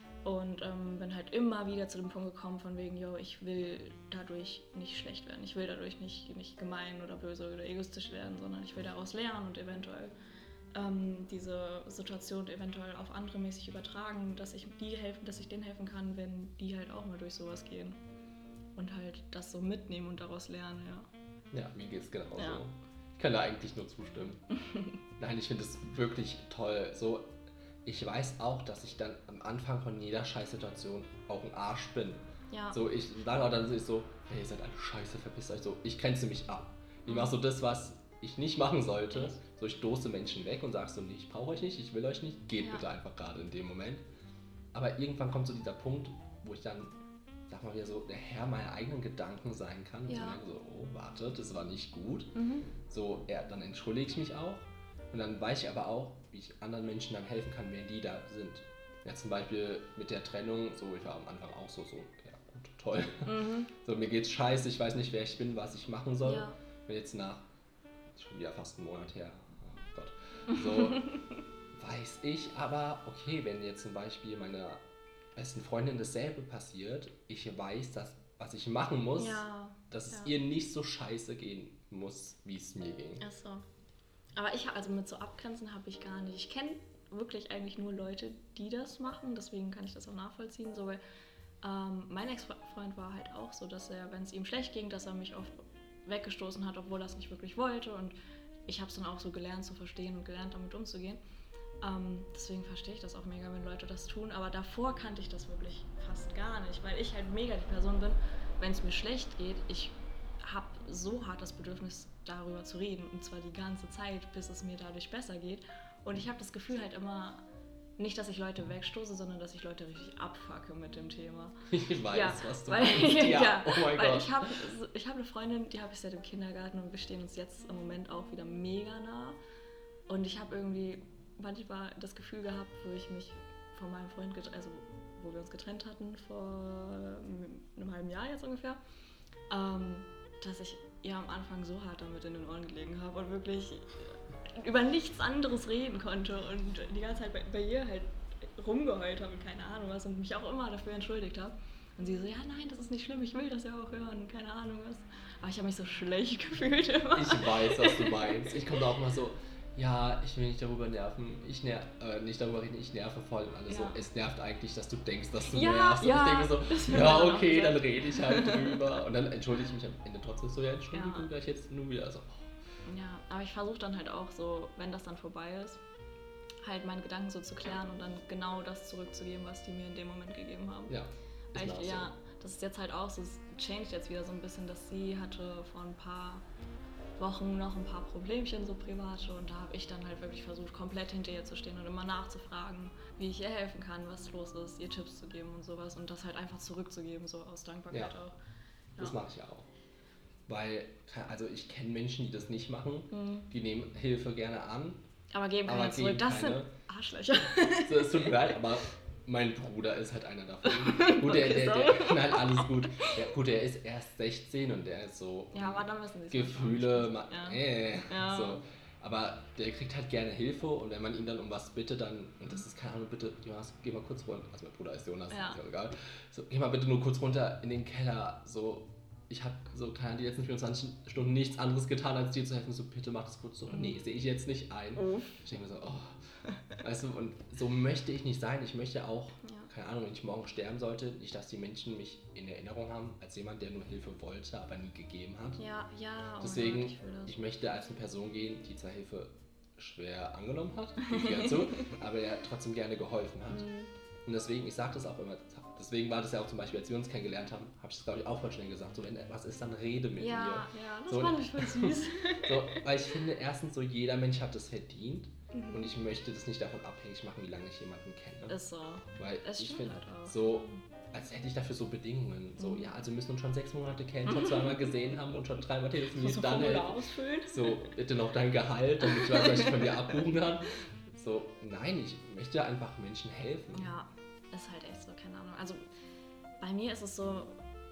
B: Und ähm, bin halt immer wieder zu dem Punkt gekommen von wegen, yo, ich will dadurch nicht schlecht werden. Ich will dadurch nicht, nicht gemein oder böse oder egoistisch werden, sondern ich will daraus lernen und eventuell ähm, diese Situation eventuell auf andere mäßig übertragen, dass ich die helfen, dass ich denen helfen kann, wenn die halt auch mal durch sowas gehen. Und halt das so mitnehmen und daraus lernen, ja.
A: Ja, mir geht's genauso.
B: Ja.
A: Ich kann da eigentlich nur zustimmen. Nein, ich finde es wirklich toll. So, ich weiß auch, dass ich dann am Anfang von jeder Scheißsituation auch ein Arsch bin.
B: Ja.
A: So, ich sage auch dann so, ich so, hey, ihr seid alle scheiße, verpisst euch so. Ich grenze mich ab. Ich mache so das, was ich nicht machen sollte. So, ich stoße Menschen weg und sage so, nee, ich brauche euch nicht, ich will euch nicht. Geht
B: ja.
A: bitte einfach gerade in dem Moment. Aber irgendwann kommt so dieser Punkt, wo ich dann, sag mal wieder so, der Herr meiner eigenen Gedanken sein kann. Und
B: Ja.
A: so, so, oh, warte, das war nicht gut.
B: Mhm.
A: So, ja, dann entschuldige ich mich auch. Und dann weiß ich aber auch, wie ich anderen Menschen dann helfen kann, wenn die da sind. Ja, zum Beispiel mit der Trennung, so, ich war am Anfang auch so, so, ja gut, toll.
B: Mhm.
A: So, mir geht's scheiße, ich weiß nicht, wer ich bin, was ich machen soll.
B: Ja.
A: Wenn jetzt nach, schon wieder fast einen Monat her, oh Gott, so, weiß ich aber, okay, wenn jetzt zum Beispiel meiner besten Freundin dasselbe passiert, ich weiß, dass, was ich machen muss,
B: Ja.
A: dass es
B: Ja.
A: ihr nicht so scheiße gehen muss, wie es mir ging.
B: Ach so. Aber ich, also mit so Abgrenzen habe ich gar nicht. Ich kenne wirklich eigentlich nur Leute, die das machen, deswegen kann ich das auch nachvollziehen. So, weil ähm, mein Ex-Freund war halt auch so, dass er, wenn es ihm schlecht ging, dass er mich oft weggestoßen hat, obwohl er es nicht wirklich wollte. Und ich habe es dann auch so gelernt zu verstehen und gelernt, damit umzugehen. Ähm, deswegen verstehe ich das auch mega, wenn Leute das tun. Aber davor kannte ich das wirklich fast gar nicht, weil ich halt mega die Person bin, wenn es mir schlecht geht, ich habe so hart das Bedürfnis, darüber zu reden. Und zwar die ganze Zeit, bis es mir dadurch besser geht. Und ich habe das Gefühl halt immer, nicht, dass ich Leute wegstoße, sondern dass ich Leute richtig abfacke mit dem Thema.
A: Ich weiß,
B: ja,
A: was du
B: weil,
A: meinst. Ja,
B: ja,
A: oh mein
B: weil
A: Gott.
B: ich habe ich hab eine Freundin, die habe ich seit dem Kindergarten und wir stehen uns jetzt im Moment auch wieder mega nah. Und ich habe irgendwie manchmal das Gefühl gehabt, wo ich mich von meinem Freund, get- also wo wir uns getrennt hatten vor einem halben Jahr jetzt ungefähr, ähm, dass ich ihr am Anfang so hart damit in den Ohren gelegen habe und wirklich über nichts anderes reden konnte und die ganze Zeit bei, bei ihr halt rumgeheult habe und keine Ahnung was und mich auch immer dafür entschuldigt habe. Und sie so, ja nein, das ist nicht schlimm, ich will das ja auch hören, keine Ahnung was. Aber ich habe mich so schlecht gefühlt immer.
A: Ich weiß, was du meinst. Ich komme da auch mal so, ja, ich will nicht darüber nerven, ich ner äh, nicht darüber reden, ich nerve voll. Und alle
B: Ja.
A: so, es nervt eigentlich, dass du denkst, dass du
B: Ja,
A: nervst.
B: ja,
A: Und ich denke
B: das
A: so,
B: will
A: ja,
B: man auch
A: okay,
B: sagen.
A: dann rede ich halt drüber. Und dann entschuldige ich mich am Ende trotzdem so, ja, Entschuldigung,
B: Ja.
A: gleich jetzt nur wieder so.
B: Ja, aber ich versuche dann halt auch so, wenn das dann vorbei ist, halt meine Gedanken so zu klären und dann genau das zurückzugeben, was die mir in dem Moment gegeben haben.
A: Ja, ist
B: Weil
A: mir auch
B: ich,
A: so.
B: ja, das ist jetzt halt auch so, es changed jetzt wieder so ein bisschen, dass sie hatte vor ein paar Wochen noch ein paar Problemchen so private und da habe ich dann halt wirklich versucht, komplett hinter ihr zu stehen und immer nachzufragen, wie ich ihr helfen kann, was los ist, ihr Tipps zu geben und sowas und das halt einfach zurückzugeben, so aus Dankbarkeit
A: Ja.
B: auch.
A: Das mache ich ja auch. Weil, also ich kenne Menschen, die das nicht machen,
B: Mhm.
A: die nehmen Hilfe gerne an.
B: Aber geben
A: Aber
B: keine zurück,
A: geben
B: das
A: keine.
B: sind Arschlöcher.
A: So, es tut mir leid, aber mein Bruder ist halt einer davon. Gut, der,
B: Okay,
A: der,
B: sorry.
A: der, nein, alles gut. Der, gut, der ist erst sechzehn und der ist so
B: Ja, aber dann wissen sie es
A: Gefühle,
B: manchmal
A: ma-
B: nicht. Ja.
A: äh,
B: Ja.
A: so. Aber der kriegt halt gerne Hilfe und wenn man ihn dann um was bittet, dann, und das ist keine Ahnung, bitte, Jonas, geh mal kurz runter, also mein Bruder ist Jonas,
B: Ja.
A: ist ja egal, so, geh mal bitte nur kurz runter in den Keller, so, ich habe so, keine Ahnung, die letzten vierundzwanzig Stunden nichts anderes getan, als dir zu helfen, so, bitte mach das kurz so,
B: Mhm.
A: nee, sehe ich jetzt nicht ein.
B: Oh.
A: Ich denke mir so, oh, weißt du, und so möchte ich nicht sein, ich möchte auch,
B: Ja.
A: keine Ahnung, wenn ich morgen sterben sollte, nicht, dass die Menschen mich in Erinnerung haben, als jemand, der nur Hilfe wollte, aber nie gegeben hat.
B: Ja, ja. Oh
A: Deswegen,
B: Gott, ich will das.
A: ich möchte als eine Person gehen, die zwar Hilfe schwer angenommen hat, gebe ich ja zu, aber der trotzdem gerne geholfen hat.
B: Mhm.
A: Und deswegen, ich sage das auch immer, deswegen war das ja auch zum Beispiel, als wir uns kennengelernt haben, habe ich das glaube ich auch voll schnell gesagt, so wenn was ist, dann rede mit
B: Ja,
A: mir.
B: ja, das
A: So,
B: fand ich voll süß.
A: So, weil ich finde, erstens so, jeder Mensch hat das verdient
B: Mhm.
A: und ich möchte das nicht davon abhängig machen, wie lange ich jemanden kenne.
B: Ist so.
A: Weil
B: Es
A: ich
B: stimmt
A: finde,
B: halt auch.
A: so, als hätte ich dafür so Bedingungen. So,
B: Mhm.
A: ja, also müssen uns schon sechs Monate kennen, schon zweimal gesehen haben und schon dreimal telefoniert,
B: So
A: dann
B: Formular
A: helfen.
B: ausfüllen.
A: So, bitte noch dein Gehalt, damit ich weiß, was ich von dir abbuchen kann. So, nein, ich möchte einfach Menschen helfen.
B: Ja, ist halt echt so, keine Ahnung. Also bei mir ist es so,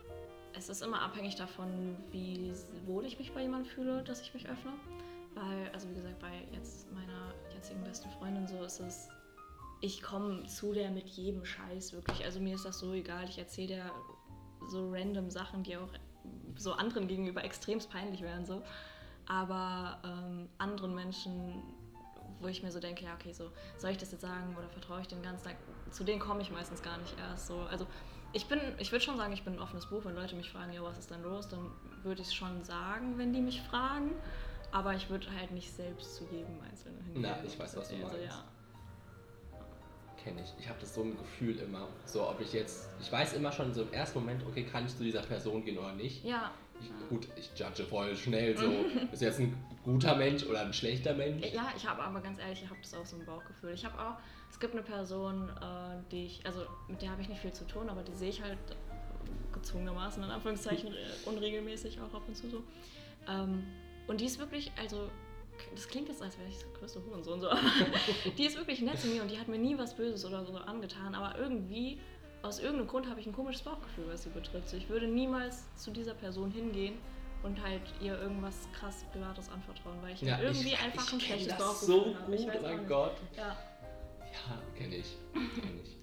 B: es ist immer abhängig davon, wie wohl ich mich bei jemandem fühle, dass ich mich öffne. Weil, also wie gesagt, bei jetzt meiner jetzigen besten Freundin so ist es, ich komme zu der mit jedem Scheiß wirklich. Also mir ist das so egal, ich erzähle der so random Sachen, die auch so anderen gegenüber extremst peinlich wären. So. Aber ähm, anderen Menschen, wo ich mir so denke, ja okay, so soll ich das jetzt sagen oder vertraue ich den ganzen Tag, zu denen komme ich meistens gar nicht erst. So. Also ich bin, ich würde schon sagen, ich bin ein offenes Buch. Wenn Leute mich fragen, ja, was ist denn los, dann würde ich es schon sagen, wenn die mich fragen. Aber ich würde halt nicht selbst zu jedem Einzelnen hingehen.
A: Na, ich weiß, was du meinst.
B: Also, ja.
A: Kenne ich. Ich habe das so ein Gefühl immer. So, ob ich jetzt, ich weiß immer schon so im ersten Moment, okay, kann ich zu dieser Person gehen oder nicht.
B: Ja.
A: Ich, gut, ich judge voll schnell so, ist jetzt ein guter Mensch oder ein schlechter Mensch?
B: Ja, ich habe aber ganz ehrlich, ich habe das auch so ein Bauchgefühl. Ich habe auch, es gibt eine Person, äh, die ich, also mit der habe ich nicht viel zu tun, aber die sehe ich halt gezwungenermaßen, in Anführungszeichen, unregelmäßig auch ab und zu so. Ähm, und die ist wirklich, also, das klingt jetzt, als wäre ich so größte Hurensohn, so, aber die ist wirklich nett zu mir und die hat mir nie was Böses oder so angetan, aber irgendwie, aus irgendeinem Grund habe ich ein komisches Bauchgefühl, was sie betrifft. So, ich würde niemals zu dieser Person hingehen und halt ihr irgendwas krass Privates anvertrauen, weil ich ja, irgendwie ich, einfach ich ein schlechtes Bauchgefühl
A: so habe. Ich weiß, oh mein Gott.
B: Ja,
A: ja kenne ich. Kenn ich.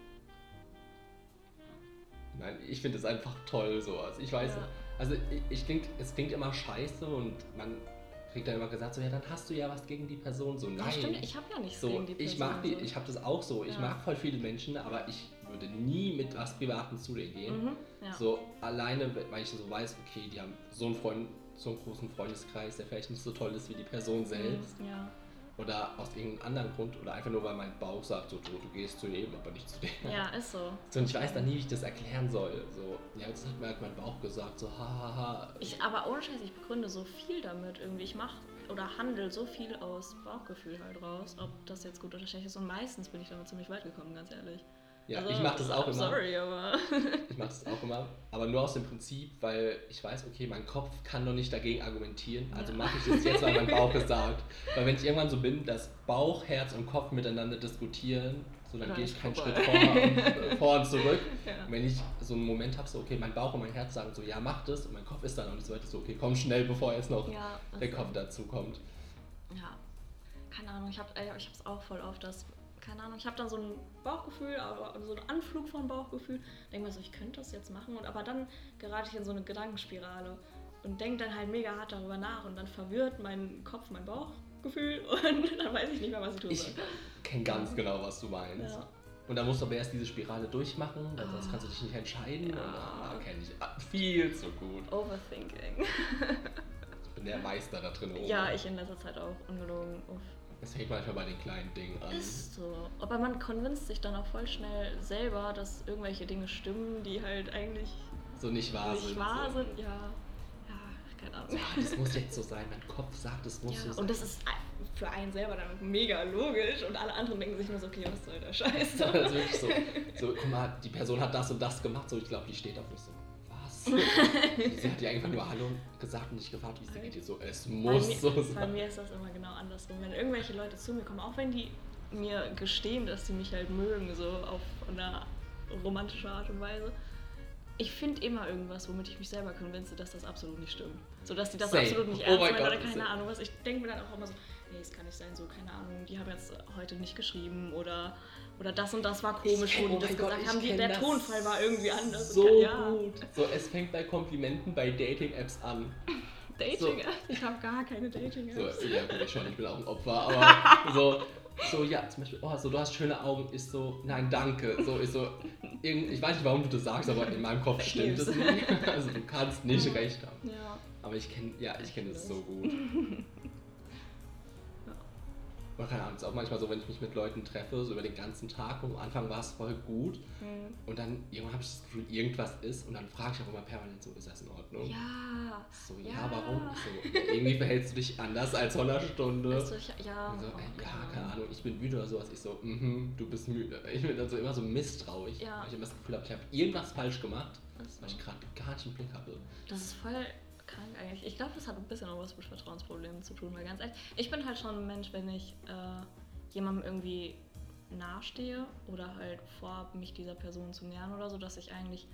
A: Nein, ich finde es einfach toll so. Also ich weiß, ja. also ich, ich klingt, es klingt immer scheiße und man kriegt dann immer gesagt, so ja, dann hast du ja was gegen die Person. So, nein.
B: Ja, stimmt, ich habe ja nichts
A: so,
B: gegen die Person.
A: Ich, mag die,
B: so.
A: ich habe das auch so. Ich ja. mag voll viele Menschen, aber ich würde nie mit was Privatem zu denen gehen.
B: Mhm, ja.
A: So alleine, weil ich so weiß, okay, die haben so einen Freund, so einen großen Freundeskreis, der vielleicht nicht so toll ist wie die Person selbst.
B: Mhm, ja.
A: Oder aus irgendeinem anderen Grund oder einfach nur, weil mein Bauch sagt, so, du, du gehst zu jedem, aber nicht zu dem.
B: Ja, ist so.
A: so und ich weiß dann nie, wie ich das erklären soll. So, ja, jetzt hat mir halt mein Bauch gesagt, so, hahaha. Ha, ha.
B: Ich, aber ohne Scheiß, ich begründe so viel damit irgendwie. Ich mache oder handle so viel aus Bauchgefühl halt raus, ob das jetzt gut oder schlecht ist. Und meistens bin ich damit ziemlich weit gekommen, ganz ehrlich.
A: Ja,
B: also,
A: ich mache das auch immer.
B: Sorry, aber...
A: ich mache das auch immer, aber nur aus dem Prinzip, weil ich weiß, okay, mein Kopf kann doch nicht dagegen argumentieren, also ja. mache ich das jetzt, weil mein Bauch es sagt. Weil wenn ich irgendwann so bin, dass Bauch, Herz und Kopf miteinander diskutieren, so dann gehe ich keinen Schritt vor und, vor und zurück. Ja. Wenn ich so einen Moment habe, so okay, mein Bauch und mein Herz sagen so, ja, mach das, und mein Kopf ist dann auch nicht so weit, so okay, komm schnell, bevor jetzt noch
B: ja,
A: der Kopf dazu kommt.
B: Ja, keine Ahnung, ich habe ich es auch voll oft, dass keine Ahnung, ich habe dann so ein Bauchgefühl, aber so einen Anflug von Bauchgefühl, denke mir so, ich könnte das jetzt machen, und aber dann gerate ich in so eine Gedankenspirale und denke dann halt mega hart darüber nach und dann verwirrt mein Kopf mein Bauchgefühl und dann weiß ich nicht mehr, was ich tun soll.
A: Ich kenne ganz genau, was du meinst. Ja. Und dann musst du aber erst diese Spirale durchmachen, weil sonst kannst du dich nicht entscheiden. Ja. Und ah, kenne ich viel zu gut.
B: Overthinking.
A: Ich bin der Meister da drin. Oben.
B: Ja, ich in letzter Zeit auch, ungelogen. Uff.
A: Das hängt manchmal bei den kleinen Dingen an.
B: Ist so. Aber man konvinzt sich dann auch voll schnell selber, dass irgendwelche Dinge stimmen, die halt eigentlich
A: so nicht wahr
B: nicht
A: sind.
B: wahr
A: so.
B: sind, ja. Ja, keine Ahnung.
A: Ja, das muss jetzt so sein. Mein Kopf sagt, es muss
B: ja,
A: so sein.
B: Und das ist für einen selber dann mega logisch und alle anderen denken sich nur so, okay, was soll der Scheiß?
A: Das ist wirklich so. So, guck mal, die Person hat das und das gemacht, so ich glaube, die steht auf mich so. Sie hat dir einfach nur Hallo gesagt und dich gefragt, wie es dir geht. So, es muss
B: mir,
A: so sein.
B: Bei mir ist das immer genau andersrum. Wenn irgendwelche Leute zu mir kommen, auch wenn die mir gestehen, dass sie mich halt mögen, so auf eine romantische Art und Weise, ich finde immer irgendwas, womit ich mich selber konvinze, dass das absolut nicht stimmt. So, dass die das Same. absolut nicht ernst oh meinen oder keine Ahnung was. Ich denke mir dann auch immer so, nee, es kann nicht sein, so, keine Ahnung, die haben jetzt heute nicht geschrieben oder, oder das und das war komisch, wo die das
A: Gott,
B: gesagt haben, die, der Tonfall war irgendwie anders.
A: So
B: kann, ja.
A: gut. So, es fängt bei Komplimenten bei Dating-Apps an.
B: Dating-Apps? So. Ich habe gar keine Dating-Apps.
A: So, ja gut, ich schon, ich bin auch ein Opfer, aber so... So, ja, zum Beispiel, oh, so, du hast schöne Augen, ist so, nein, danke. So, ist so, irgend, ich weiß nicht, warum du das sagst, aber in meinem Kopf stimmt es nicht. Also, du kannst nicht ja. recht haben.
B: Ja.
A: Aber ich kenne, ja, ich kenne es so gut. Oder keine Ahnung, es ist auch manchmal so, wenn ich mich mit Leuten treffe, so über den ganzen Tag, und am Anfang war es voll gut. Mhm. Und dann irgendwann habe ich das Gefühl, irgendwas ist, und dann frage ich auch immer permanent so, ist das in Ordnung?
B: Ja.
A: So, ja, ja warum? So, ja, irgendwie verhältst du dich anders als vor einer Stunde.
B: Also ich, ja.
A: So, äh, ja, keine Ahnung, ich bin müde oder sowas. Ich so, mhm, du bist müde. Ich bin dann so immer so misstrauisch,
B: ja.
A: weil ich immer das Gefühl habe, ich habe irgendwas falsch gemacht,
B: also.
A: weil ich gerade gar nicht im Blick habe.
B: Das ist voll krank eigentlich. Ich glaube, das hat ein bisschen auch was mit Vertrauensproblemen zu tun, weil ganz ehrlich, ich bin halt schon ein Mensch, wenn ich äh, jemandem irgendwie nahestehe oder halt vorhabe, mich dieser Person zu nähern oder so, dass ich eigentlich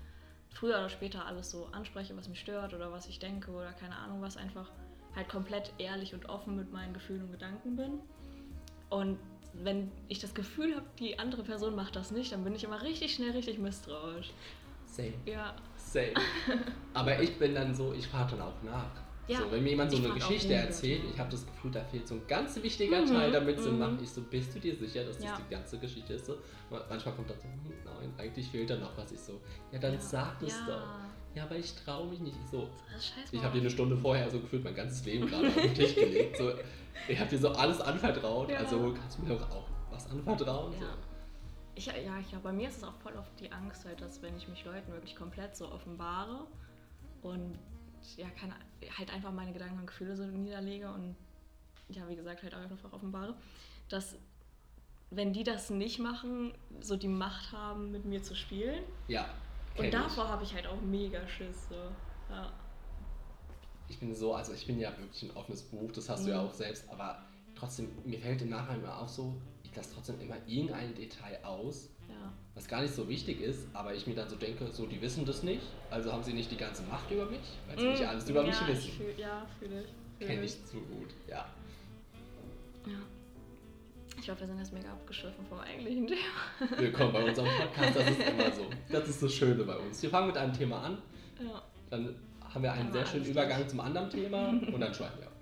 B: früher oder später alles so anspreche, was mich stört oder was ich denke oder keine Ahnung was, einfach halt komplett ehrlich und offen mit meinen Gefühlen und Gedanken bin. Und wenn ich das Gefühl habe, die andere Person macht das nicht, dann bin ich immer richtig schnell richtig misstrauisch.
A: Same.
B: Ja.
A: Same. Aber ich bin dann so, ich frage dann auch nach.
B: Ja,
A: so, wenn mir jemand so
B: ich
A: eine
B: frag auch
A: Geschichte
B: nie
A: erzählt,
B: das.
A: ich habe das Gefühl, da fehlt so ein ganz wichtiger
B: Mhm,
A: Teil, damit Sinn
B: mhm.
A: macht. Ich so, bist du dir sicher, dass das
B: Ja.
A: die ganze Geschichte ist? So, manchmal kommt dann so, hm, nein, eigentlich fehlt da noch was. Ich so, ja, dann
B: Ja.
A: sag es
B: Ja.
A: doch. Ja, aber ich traue mich nicht. Ich so,
B: Das ist scheiße.
A: ich habe dir eine Stunde vorher so gefühlt mein ganzes Leben gerade auf den Tisch gelegt. So, ich habe dir so alles anvertraut,
B: Ja.
A: also kannst du mir doch auch was anvertrauen.
B: Ja.
A: So.
B: Ich, ja, ich glaube, bei mir ist es auch voll oft die Angst halt, dass wenn ich mich Leuten wirklich komplett so offenbare und ja, kann halt einfach meine Gedanken und Gefühle so niederlege und ja, wie gesagt, halt auch einfach offenbare, dass wenn die das nicht machen, so die Macht haben, mit mir zu spielen.
A: Ja.
B: Und davor habe ich halt auch mega Schiss. So. Ja.
A: Ich bin so, also ich bin ja wirklich ein offenes Buch, das hast du ja
B: Mhm.
A: auch selbst, aber trotzdem, mir fällt im Nachhinein immer auch so, ich lasse trotzdem immer irgendein Detail aus,
B: Ja.
A: was gar nicht so wichtig ist, aber ich mir dann so denke, so, die wissen das nicht, also haben sie nicht die ganze Macht über mich, weil sie nicht alles über
B: ja,
A: mich
B: ich
A: wissen.
B: Fühl, ja, fühle ich. Fühl
A: Kenn ich zu gut, ja.
B: Ja. Ich glaube, wir sind jetzt mega abgeschliffen vom eigentlichen Thema.
A: Willkommen bei unserem Podcast, das ist immer so. Das ist das Schöne bei uns. Wir fangen mit einem Thema an,
B: Ja.
A: dann haben wir einen
B: Einmal
A: sehr schönen
B: alles
A: Übergang
B: durch.
A: zum anderen Thema und dann schweifen wir ab.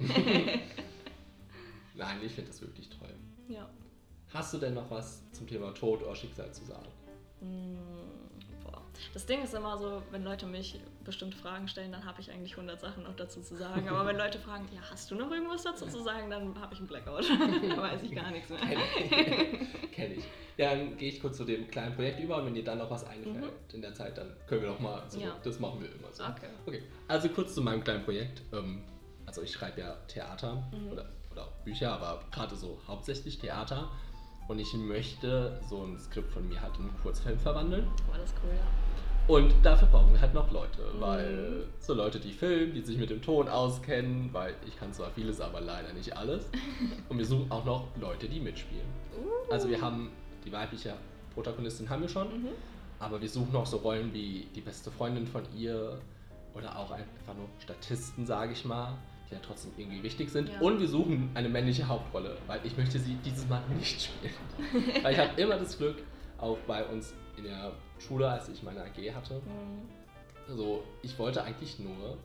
A: Nein, ich finde das wirklich toll.
B: Ja.
A: Hast du denn noch was zum Thema Tod oder Schicksal zu sagen?
B: Mm, boah. Das Ding ist immer so, wenn Leute mich bestimmte Fragen stellen, dann habe ich eigentlich hundert Sachen noch dazu zu sagen. Aber wenn Leute fragen, ja, hast du noch irgendwas dazu zu sagen, dann habe ich einen Blackout. Da weiß ich gar nichts mehr.
A: Kenn ich. Kenn ich. Ja, dann gehe ich kurz zu dem kleinen Projekt über und wenn dir dann noch was einfällt
B: Mhm.
A: in der Zeit, dann können wir noch mal zurück.
B: Ja.
A: Das machen wir immer so.
B: Okay.
A: Okay, also kurz zu meinem kleinen Projekt. Ähm, also ich schreibe ja Theater
B: Mhm.
A: oder, oder auch Bücher, aber gerade so hauptsächlich Theater. Und ich möchte so ein Skript von mir halt in einen Kurzfilm verwandeln.
B: War das cool, ja.
A: Und dafür brauchen wir halt noch Leute,
B: Mhm.
A: weil so Leute, die filmen, die sich mit dem Ton auskennen, weil ich kann zwar vieles, aber leider nicht alles. Und wir suchen auch noch Leute, die mitspielen.
B: Uh.
A: Also wir haben die weibliche Protagonistin haben wir schon,
B: Mhm.
A: aber wir suchen noch so Rollen wie die beste Freundin von ihr oder auch einfach nur Statisten, sage ich mal, die ja trotzdem irgendwie wichtig sind.
B: Ja.
A: Und wir suchen eine männliche Hauptrolle, weil ich möchte sie dieses Mal nicht spielen. Weil ich habe immer das Glück, auch bei uns in der Schule, als ich meine A G hatte,
B: Mhm.
A: also ich wollte eigentlich nur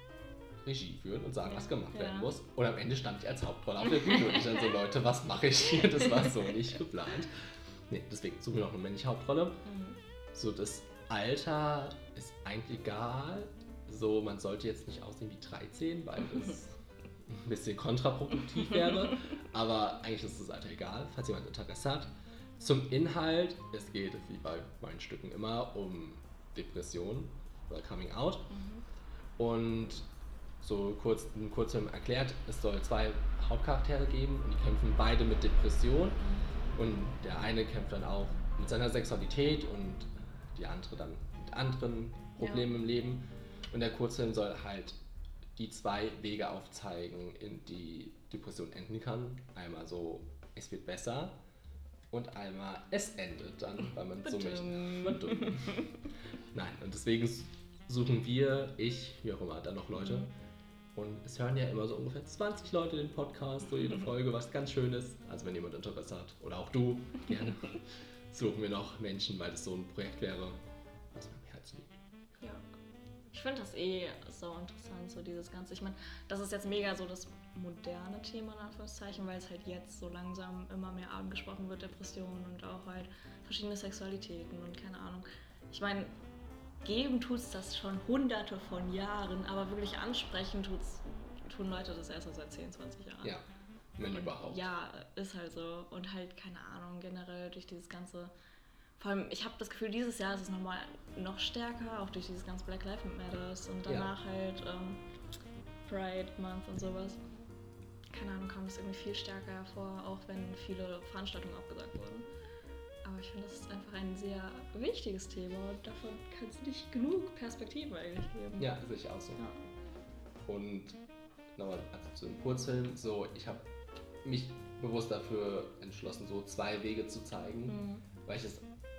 A: Regie führen und sagen,
B: Ja.
A: was gemacht werden
B: Ja.
A: muss. Und am Ende stand ich als Hauptrolle auf der Bühne und ich dann so, Leute, was mache ich hier? Das war so nicht geplant. Nee, deswegen suchen wir noch eine männliche Hauptrolle.
B: Mhm.
A: So, das Alter ist eigentlich egal. So, man sollte jetzt nicht aussehen wie dreizehn, weil das ein bisschen kontraproduktiv wäre. Aber eigentlich ist das Alter egal, falls jemand Interesse hat. Zum Inhalt, es geht, wie bei meinen Stücken immer, um Depression oder Coming Out.
B: Mhm.
A: Und so kurz, ein Kurzfilm erklärt, es soll zwei Hauptcharaktere geben und die kämpfen beide mit Depression. Und der eine kämpft dann auch mit seiner Sexualität und die andere dann mit anderen Problemen
B: Ja.
A: im Leben. Und der Kurzfilm soll halt die zwei Wege aufzeigen, in die Depression enden kann. Einmal so, es wird besser und einmal, es endet dann, weil man so möchte. Badum. Nein, und deswegen suchen wir, ich, wie auch immer, dann noch Leute.
B: Mhm.
A: Und es hören ja immer so ungefähr zwanzig Leute den Podcast, so jede Folge, was ganz Schönes. Also wenn jemand Interesse hat, oder auch du, gerne, suchen wir noch Menschen, weil das so ein Projekt wäre, was mir am Herzen liegt.
B: Ja. Ich finde das eh so interessant, so dieses Ganze. Ich meine, das ist jetzt mega so das moderne Thema, in Anführungszeichen, weil es halt jetzt so langsam immer mehr angesprochen wird, Depressionen und auch halt verschiedene Sexualitäten und keine Ahnung. Ich meine, geben tut's das schon hunderte von Jahren, aber wirklich ansprechen tut's, tun Leute das erst seit zehn, zwanzig Jahren.
A: Ja, wenn
B: Und
A: überhaupt.
B: Ja, ist halt so. Und halt, keine Ahnung, generell durch dieses ganze. Vor allem, ich habe das Gefühl, dieses Jahr ist es nochmal noch stärker, auch durch dieses ganze Black Lives Matters und danach
A: Ja.
B: halt ähm, Pride Month und sowas. Keine Ahnung, kam es irgendwie viel stärker hervor, auch wenn viele Veranstaltungen abgesagt wurden. Aber ich finde, das ist einfach ein sehr wichtiges Thema und davon kann es nicht genug Perspektiven eigentlich geben.
A: Ja, sehe ich auch so.
B: Ja.
A: Und nochmal also zu dem Kurzfilm, so ich habe mich bewusst dafür entschlossen, so zwei Wege zu zeigen,
B: Mhm.
A: weil ich es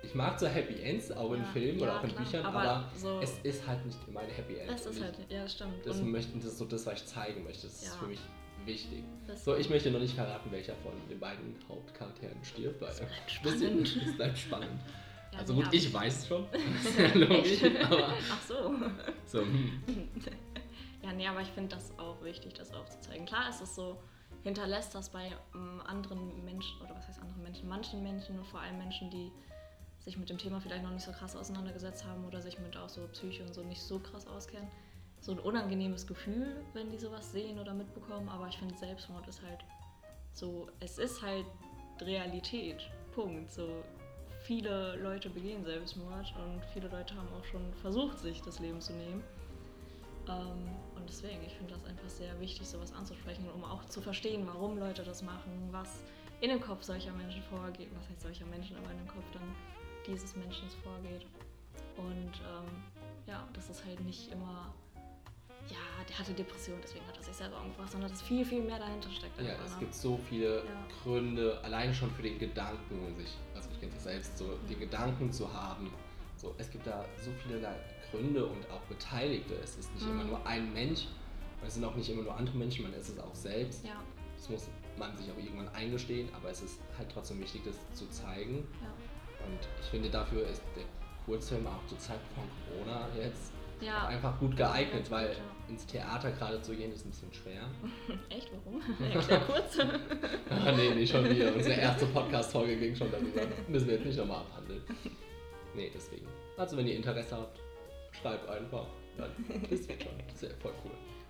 A: ich mag so Happy Ends, auch in
B: Ja,
A: Filmen
B: ja,
A: oder auch in
B: klar,
A: Büchern,
B: aber
A: aber,
B: so-
A: es ist halt nicht immer ein Happy End.
B: Es
A: Und
B: ist
A: ich-
B: halt, ja, das stimmt.
A: Das,
B: Und
A: möchten, das ist so das, was ich zeigen möchte. Das ist
B: Ja.
A: für mich wichtig.
B: das-
A: So, ich möchte noch nicht verraten, welcher von den beiden Hauptcharakteren stirbt, weil
B: Es bleibt
A: es
B: spannend.
A: es bleibt spannend.
B: Ja,
A: Also
B: nee,
A: gut,
B: aber-
A: ich weiß es schon. Das ist ja logisch, aber
B: Ach so.
A: so, hm.
B: Ja, nee, aber ich finde das auch wichtig, das aufzuzeigen. Klar ist es so, hinterlässt das bei ähm, anderen Menschen, oder was heißt anderen Menschen, manchen Menschen und vor allem Menschen, die sich mit dem Thema vielleicht noch nicht so krass auseinandergesetzt haben oder sich mit auch so Psyche und so nicht so krass auskennen, so ein unangenehmes Gefühl, wenn die sowas sehen oder mitbekommen. Aber ich finde, Selbstmord ist halt so, es ist halt Realität, Punkt. So, viele Leute begehen Selbstmord und viele Leute haben auch schon versucht, sich das Leben zu nehmen. Ähm, und deswegen, ich finde das einfach sehr wichtig, sowas anzusprechen, um auch zu verstehen, warum Leute das machen, was in dem Kopf solcher Menschen vorgeht, was heißt solcher Menschen, aber in dem Kopf dann dieses Menschen vorgeht. Und ähm, ja, das ist halt nicht immer, ja, der hatte Depression, deswegen hat er sich selber umgebracht, sondern dass viel, viel mehr dahinter steckt.
A: Ja,
B: einfach,
A: es
B: ne?
A: gibt so viele
B: Ja.
A: Gründe, alleine schon für den Gedanken, sich, also ich kenne das selbst, so den Gedanken zu haben. So, es gibt da so viele Gründe und auch Beteiligte. Es ist nicht
B: Mhm.
A: immer nur ein Mensch, es sind auch nicht immer nur andere Menschen, man ist es auch selbst.
B: Ja,
A: Das muss man sich auch irgendwann eingestehen, aber es ist halt trotzdem wichtig, das zu zeigen.
B: ja.
A: Und ich finde, dafür ist der Kurzfilm auch zur Zeit von Corona jetzt
B: Ja.
A: auch einfach gut geeignet,
B: Ganz
A: weil
B: gut, ja.
A: ins Theater gerade zu gehen ist ein bisschen schwer.
B: Echt, warum? Erklär kurz.
A: Ah, nee, nee, schon wieder. Unsere erste Podcast-Folge ging schon darüber. Müssen wir jetzt nicht nochmal abhandeln. Nee, deswegen. Also, wenn ihr Interesse habt, schreibt einfach. Dann ist wird schon. Sehr voll cool.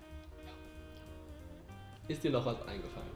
A: Ist dir noch was eingefallen?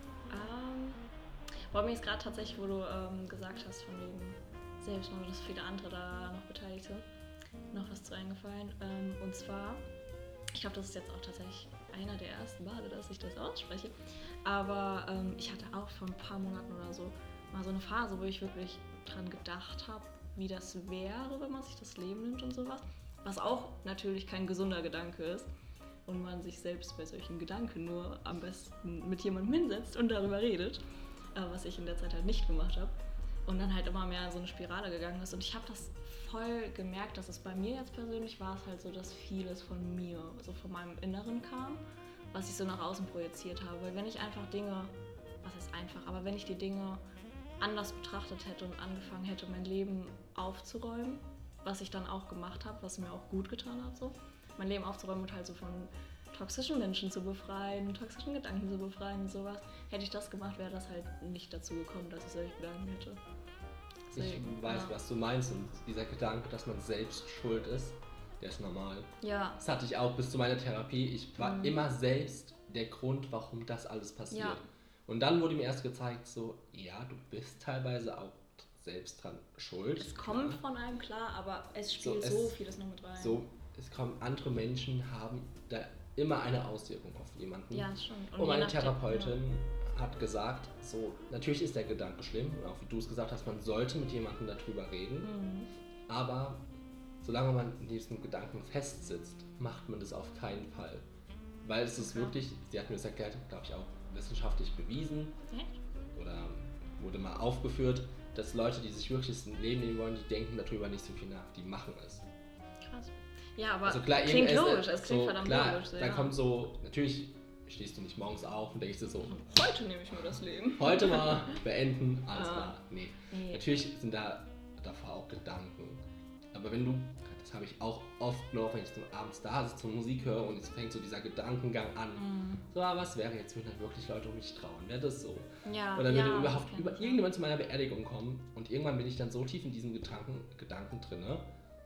B: Ähm, boah, mir ist gerade tatsächlich, wo du ähm, gesagt hast, von wegen Selbstmord, dass viele andere da noch beteiligt sind, noch was zu eingefallen. Ähm, und zwar, ich glaube, das ist jetzt auch tatsächlich einer der ersten Male, dass ich das ausspreche. Aber ähm, ich hatte auch vor ein paar Monaten oder so mal so eine Phase, wo ich wirklich dran gedacht habe, wie das wäre, wenn man sich das Leben nimmt und sowas. Was auch natürlich kein gesunder Gedanke ist. Und man sich selbst bei solchen Gedanken nur am besten mit jemandem hinsetzt und darüber redet, äh, was ich in der Zeit halt nicht gemacht habe. Und dann halt immer mehr in so eine Spirale gegangen ist. Und ich habe das voll gemerkt, dass es bei mir jetzt persönlich war es halt so, dass vieles von mir, so von meinem Inneren kam, was ich so nach außen projiziert habe. Weil wenn ich einfach Dinge, was ist einfach, aber wenn ich die Dinge anders betrachtet hätte und angefangen hätte, mein Leben aufzuräumen, was ich dann auch gemacht habe, was mir auch gut getan hat, so, mein Leben aufzuräumen und halt so von toxischen Menschen zu befreien, toxischen Gedanken zu befreien und sowas. Hätte ich das gemacht, wäre das halt nicht dazu gekommen, dass ich solche Gedanken hätte. Deswegen,
A: Ich weiß,
B: ja.
A: was du meinst. Und dieser Gedanke, dass man selbst schuld ist, der ist normal.
B: Ja,
A: Das hatte ich auch bis zu meiner Therapie. Ich war
B: Mhm.
A: immer selbst der Grund, warum das alles passiert.
B: Ja.
A: Und dann wurde mir erst gezeigt, so, ja, du bist teilweise auch selbst dran schuld.
B: es kommt
A: klar.
B: von einem klar, aber es
A: So,
B: spielt
A: es-
B: so, vieles noch mit rein.
A: So, es kommen andere Menschen, haben da immer eine Auswirkung auf jemanden.
B: Ja, schon.
A: Und,
B: je
A: meine
B: nachdem-
A: Therapeutin hat gesagt, so, natürlich ist der Gedanke schlimm, und auch wie du es gesagt hast, man sollte mit jemandem darüber reden,
B: Mhm.
A: aber solange man in diesem Gedanken festsitzt, macht man das auf keinen Fall. Weil es ist
B: Ja.
A: wirklich, sie hat mir das erklärt, glaube ich auch wissenschaftlich bewiesen
B: Echt?
A: oder wurde mal aufgeführt, dass Leute, die sich wirklich das Leben nehmen wollen, die denken darüber nicht so viel nach, die machen es.
B: Krass. Ja, aber
A: Also klar,
B: klingt
A: irgend-
B: logisch, es klingt
A: so,
B: verdammt
A: klar,
B: logisch.
A: Dann
B: ja.
A: kommt so, natürlich stehst du nicht morgens auf und denkst dir so,
B: Heute nehme ich mir das Leben.
A: heute mal beenden, alles
B: Ah.
A: klar. Nee.
B: Nee.
A: Natürlich sind da davor auch Gedanken. Aber wenn du, das habe ich auch oft noch, wenn ich so abends da sitze und Musik höre und es fängt so dieser Gedankengang an.
B: Mhm.
A: So, ah, was wäre jetzt, wenn dann wirklich Leute um mich trauen? Wäre das so?
B: Ja,
A: Oder
B: ja,
A: würde
B: das
A: überhaupt
B: kenn
A: über
B: ich,
A: irgendjemand zu meiner Beerdigung kommen und irgendwann bin ich dann so tief in diesem Gedanken, Gedanken drinne,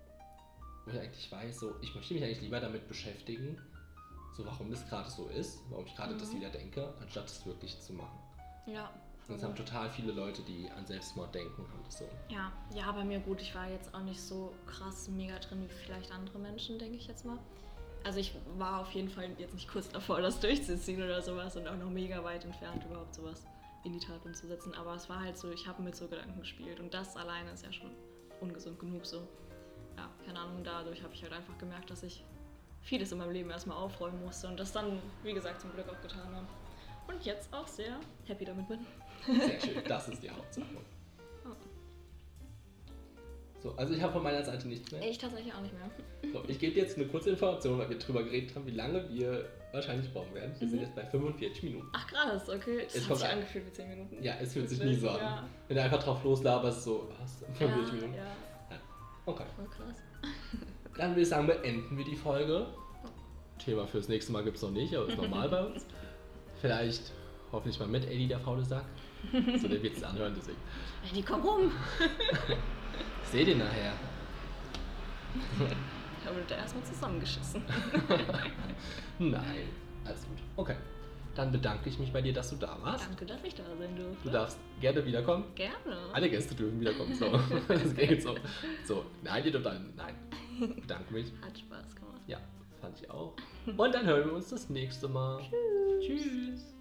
A: wo ich eigentlich weiß, so, ich möchte mich eigentlich lieber damit beschäftigen, so warum das gerade so ist, warum ich gerade
B: Mhm.
A: das wieder denke, anstatt es wirklich zu machen.
B: Ja.
A: Und es haben total viele Leute, die an Selbstmord denken, haben das so.
B: Ja, ja, bei mir gut. Ich war jetzt auch nicht so krass mega drin wie vielleicht andere Menschen, denke ich jetzt mal. Also ich war auf jeden Fall jetzt nicht kurz davor, das durchzuziehen oder sowas und auch noch mega weit entfernt, überhaupt sowas in die Tat umzusetzen. Aber es war halt so, ich habe mit so Gedanken gespielt und das alleine ist ja schon ungesund genug so. Ja, keine Ahnung, dadurch habe ich halt einfach gemerkt, dass ich vieles in meinem Leben erstmal aufräumen musste und das dann, wie gesagt, zum Glück auch getan habe. Und jetzt auch sehr happy damit bin.
A: Sehr schön, das ist die Hauptsache. So, also ich habe von meiner Seite nichts mehr.
B: Ich tatsächlich auch nicht mehr.
A: So, ich gebe jetzt eine kurze Information, weil wir drüber geredet haben, wie lange wir wahrscheinlich brauchen werden. Wir mhm. sind jetzt bei fünfundvierzig Minuten.
B: Ach krass, okay. Das
A: es
B: hat sich ein... angefühlt wie zehn Minuten.
A: Ja, es fühlt sich nie so an. Ja. Wenn du einfach drauf loslaberst, so, was, fünfundvierzig
B: ja,
A: Minuten.
B: Ja.
A: Ja. Okay.
B: Voll krass.
A: Dann würde ich sagen, beenden wir die Folge. Thema fürs nächste Mal gibt es noch nicht, aber ist normal bei uns. Vielleicht, hoffentlich mal mit Eddie, der faule Sack. So, der wird es anhören, deswegen.
B: Eddie, komm rum!
A: Ich seh den nachher.
B: Ich habe da erstmal zusammengeschissen.
A: Nein, alles gut. Okay. Dann bedanke ich mich bei dir, dass du da warst.
B: Danke, dass ich da sein durfte.
A: Du darfst gerne wiederkommen.
B: Gerne.
A: Alle Gäste dürfen wiederkommen. So, das geht so. So, nein, ihr dürft dann. Nein. Ich bedanke mich.
B: Hat Spaß gemacht.
A: Ja, fand ich auch. Und dann hören wir uns das nächste Mal.
B: Tschüss.
A: Tschüss.